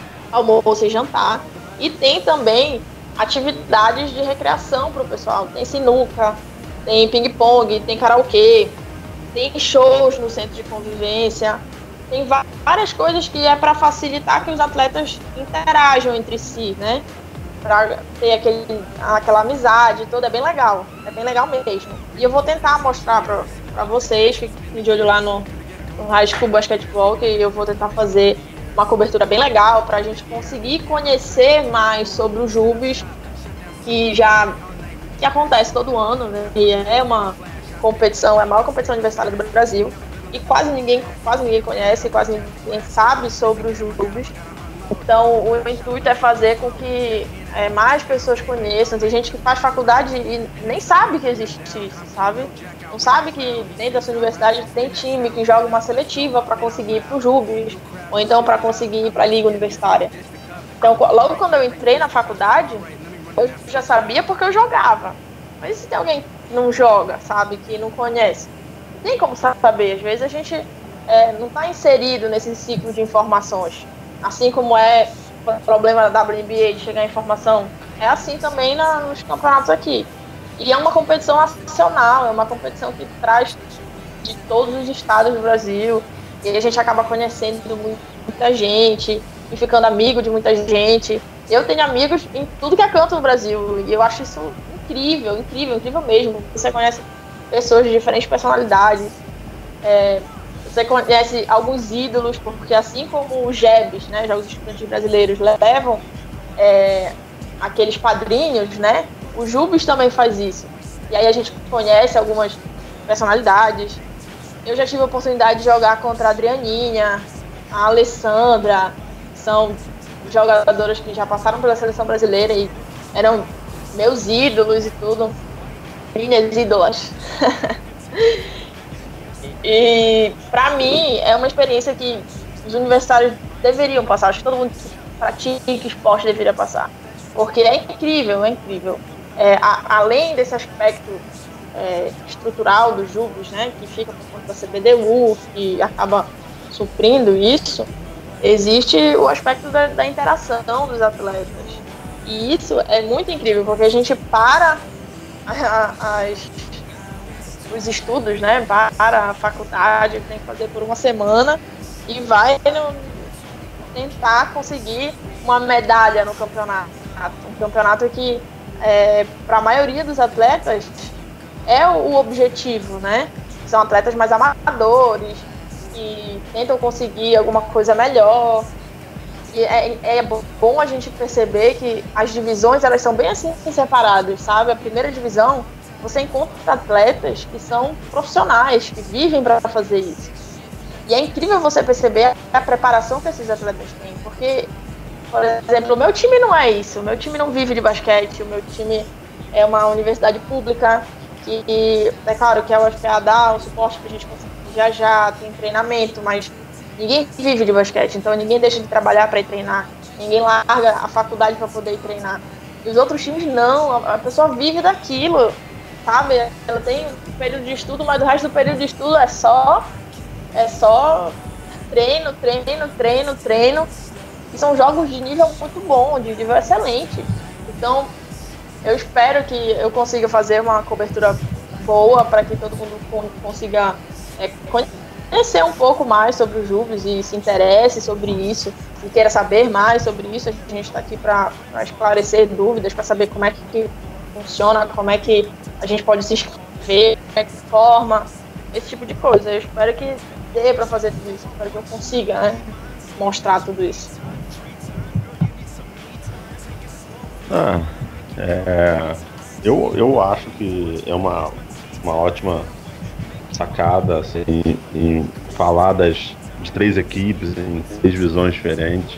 almoço e jantar. E tem também atividades de recreação para o pessoal. Tem sinuca, tem ping-pong, tem karaokê, tem shows no centro de convivência. Tem várias coisas que é para facilitar que os atletas interajam entre si, né? Para ter aquele, aquela amizade toda, é bem legal. É bem legal mesmo. E eu vou tentar mostrar para vocês, fiquem de olho lá no, no High School Basketball, que eu vou tentar fazer uma cobertura bem legal para a gente conseguir conhecer mais sobre o Jubes, que já que acontece todo ano, né? E é uma competição, é a maior competição universitária do Brasil. E quase ninguém, quase ninguém conhece, quase ninguém sabe sobre os Jubes. Então, o intuito é fazer com que é, mais pessoas conheçam. Tem gente que faz faculdade e nem sabe que existe isso, sabe? Não sabe que dentro da sua universidade tem time que joga uma seletiva para conseguir ir para o Jubes, ou então para conseguir ir para a Liga Universitária. Então, logo quando eu entrei na faculdade, eu já sabia porque eu jogava. Mas se tem alguém que não joga, sabe, que não conhece, não tem como saber. Às vezes a gente é, não está inserido nesse ciclo de informações. Assim como é o problema da W N B A de chegar a informação, é assim também na, nos campeonatos aqui. E é uma competição nacional, é uma competição que traz de todos os estados do Brasil. E a gente acaba conhecendo muita gente e ficando amigo de muita gente. Eu tenho amigos em tudo que é canto no Brasil e eu acho isso incrível, incrível, incrível mesmo. Você conhece pessoas de diferentes personalidades, é, você conhece alguns ídolos, porque assim como os Jebs, né, Jogos Estudantis Brasileiros, levam é, aqueles padrinhos, né, o Jubes também faz isso. E aí a gente conhece algumas personalidades. Eu já tive a oportunidade de jogar contra a Adrianinha, a Alessandra, são jogadoras que já passaram pela seleção brasileira e eram meus ídolos e tudo, minhas ídolas. E pra mim é uma experiência que os universitários deveriam passar, acho que todo mundo que pratica esporte deveria passar, porque é incrível, é incrível. É, a, além desse aspecto é, estrutural dos Jubes, né, que fica por conta da C B D U, que acaba suprindo isso, existe o aspecto da, da interação dos atletas. E isso é muito incrível, porque a gente para a, a, as, os estudos, né, para a faculdade, tem que fazer por uma semana, e vai no, tentar conseguir uma medalha no campeonato. Um campeonato que, é, para a maioria dos atletas, é o, o objetivo, né? São atletas mais amadores, que tentam conseguir alguma coisa melhor. E é, é bom a gente perceber que as divisões, elas são bem assim separadas, sabe? A primeira divisão, você encontra atletas que são profissionais, que vivem para fazer isso. E é incrível você perceber a preparação que esses atletas têm, porque, por exemplo, o meu time não é isso, o meu time não vive de basquete, o meu time é uma universidade pública, que é claro que a U F P A dá o suporte para a gente conseguir viajar, tem treinamento, mas ninguém vive de basquete, então ninguém deixa de trabalhar para ir treinar, ninguém larga a faculdade para poder ir treinar. E os outros times não, a pessoa vive daquilo, sabe? Ela tem um período de estudo, mas o resto do período de estudo é só, é só treino, treino, treino, treino. E são jogos de nível muito bom, de nível excelente. Então, eu espero que eu consiga fazer uma cobertura boa para que todo mundo consiga é, conhecer um pouco mais sobre os Jubes e se interesse sobre isso e queira saber mais sobre isso. A gente está aqui para esclarecer dúvidas, para saber como é que funciona, como é que a gente pode se inscrever, como é que forma, esse tipo de coisa. Eu espero que dê para fazer tudo isso, espero que eu consiga, né, mostrar tudo isso. Ah, é, eu, eu acho que é uma, uma ótima sacada assim, em falar das, de três equipes em seis divisões diferentes.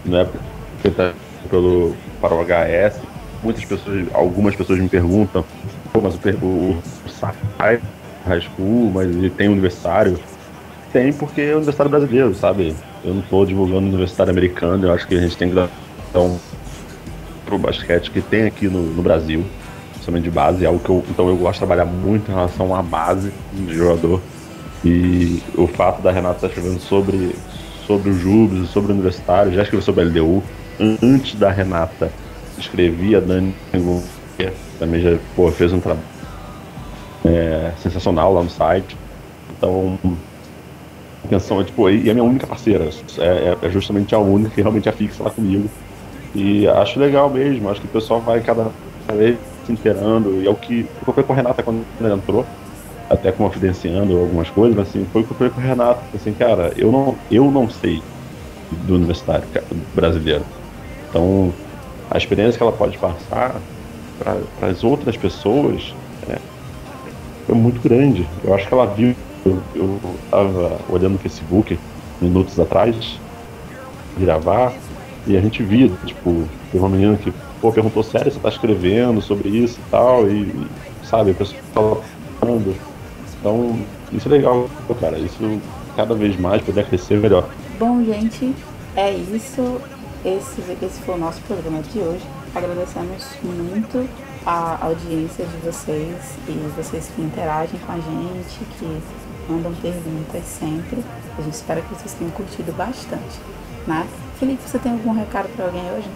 não é feita pelo, para o H S. Muitas pessoas, algumas pessoas me perguntam, pô, mas o, o, o sai high school, mas ele tem universitário? Tem, porque é universitário brasileiro, sabe? Eu não estou divulgando universitário americano, eu acho que a gente tem que dar um pro basquete que tem aqui no, no Brasil, principalmente de base, é algo que eu, então eu gosto de trabalhar muito em relação à base de jogador. E o fato da Renata estar escrevendo sobre, sobre o Jubes, sobre o universitário, já escreveu sobre a L D U. Antes da Renata, escrevia a Dani, também já pô, fez um trabalho é, sensacional lá no site. Então, atenção, é, tipo, e é a minha única parceira, é, é justamente a única que realmente é fixa lá comigo. E acho legal mesmo, acho que o pessoal vai cada vez se inteirando, e é o que eu falei com a Renata quando ela entrou, até confidenciando algumas coisas, mas assim, foi o que eu falei com a Renata, assim, cara, eu não, eu não sei do universitário brasileiro. Então, a experiência que ela pode passar para as outras pessoas é, é muito grande. Eu acho que ela viu, eu estava olhando no Facebook minutos atrás de gravar, e a gente via, tipo, tem uma menina que pô, perguntou, sério, você tá escrevendo sobre isso e tal, e, e sabe, a pessoa tava falando. Então, isso é legal, cara, isso cada vez mais poder crescer melhor. Bom, gente, é isso. Esse, esse foi o nosso programa de hoje. Agradecemos muito a audiência de vocês e vocês que interagem com a gente, que mandam perguntas sempre. A gente espera que vocês tenham curtido bastante, né? Felipe, você tem algum recado para alguém hoje?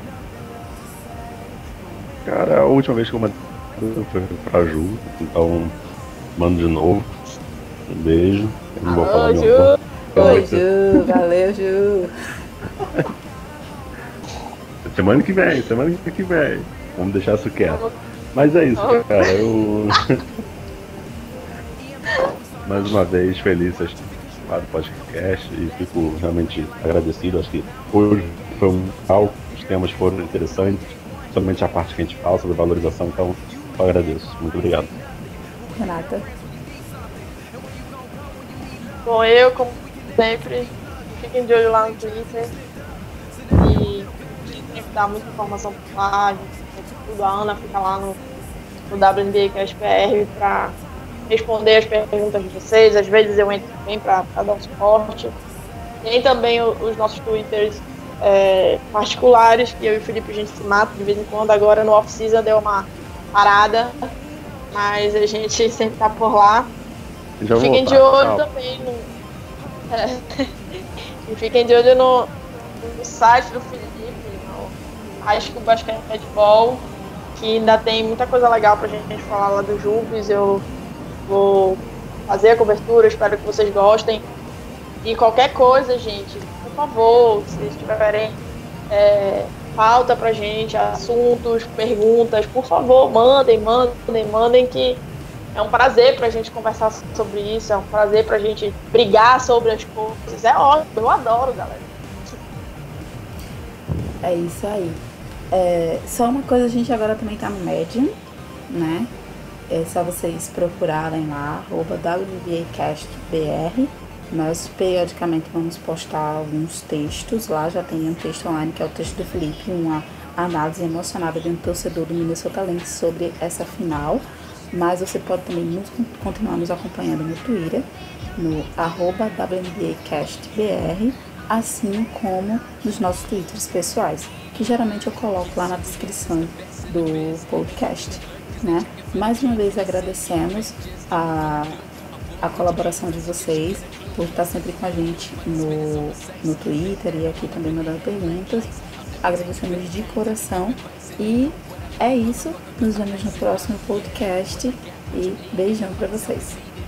Cara, a última vez que eu mandei foi pra Ju, então mando de novo. Um beijo. Eu não vou Alô, falar Ju! meu Oi, Ju! Valeu, Ju! Semana que vem, semana que vem. Vamos deixar isso quieto. Mas é isso, cara. Eu. Mais uma vez, feliz de participar do podcast e fico realmente agradecido. Acho que hoje foi um tal, os temas foram interessantes, somente a parte que a gente fala sobre valorização, então eu agradeço. Muito obrigado. Renata. Bom, eu, como sempre, fiquem de olho lá no Twitter e sempre dá muita informação por lá, a gente, tudo, a Ana fica lá no, no W N B A Cast P R para responder as perguntas de vocês, às vezes eu entro também para dar um suporte. Tem também o, os nossos Twitters é, particulares, que eu e o Felipe a gente se mata de vez em quando, agora no off-season deu uma parada, mas a gente sempre tá por lá. Já fiquem de olho também no, é, e fiquem de olho no, no site do Felipe, no High School Basketball, que ainda tem muita coisa legal pra gente falar lá do Jubes. Eu vou fazer a cobertura, espero que vocês gostem. E qualquer coisa, gente, por favor, se vocês tiverem é, pauta pra gente, assuntos, perguntas, por favor, mandem, mandem, mandem, que é um prazer pra gente conversar sobre isso, é um prazer pra gente brigar sobre as coisas. É ótimo, eu adoro, galera. É isso aí. É, só uma coisa, a gente agora também tá no Medium, né? É só vocês procurarem lá, arroba W N B A Cast B R. Nós periodicamente vamos postar alguns textos lá, já tem um texto online que é o texto do Felipe, uma análise emocionada de um torcedor do Minnesota Lynx sobre essa final. Mas você pode também nos, continuar nos acompanhando no Twitter, no arroba W N B A Cast B R, assim como nos nossos Twitters pessoais, que geralmente eu coloco lá na descrição do podcast, né? Mais uma vez agradecemos a, a colaboração de vocês por estar sempre com a gente no, no Twitter e aqui também mandando perguntas. Agradecemos de coração e é isso. Nos vemos no próximo podcast e beijão pra vocês.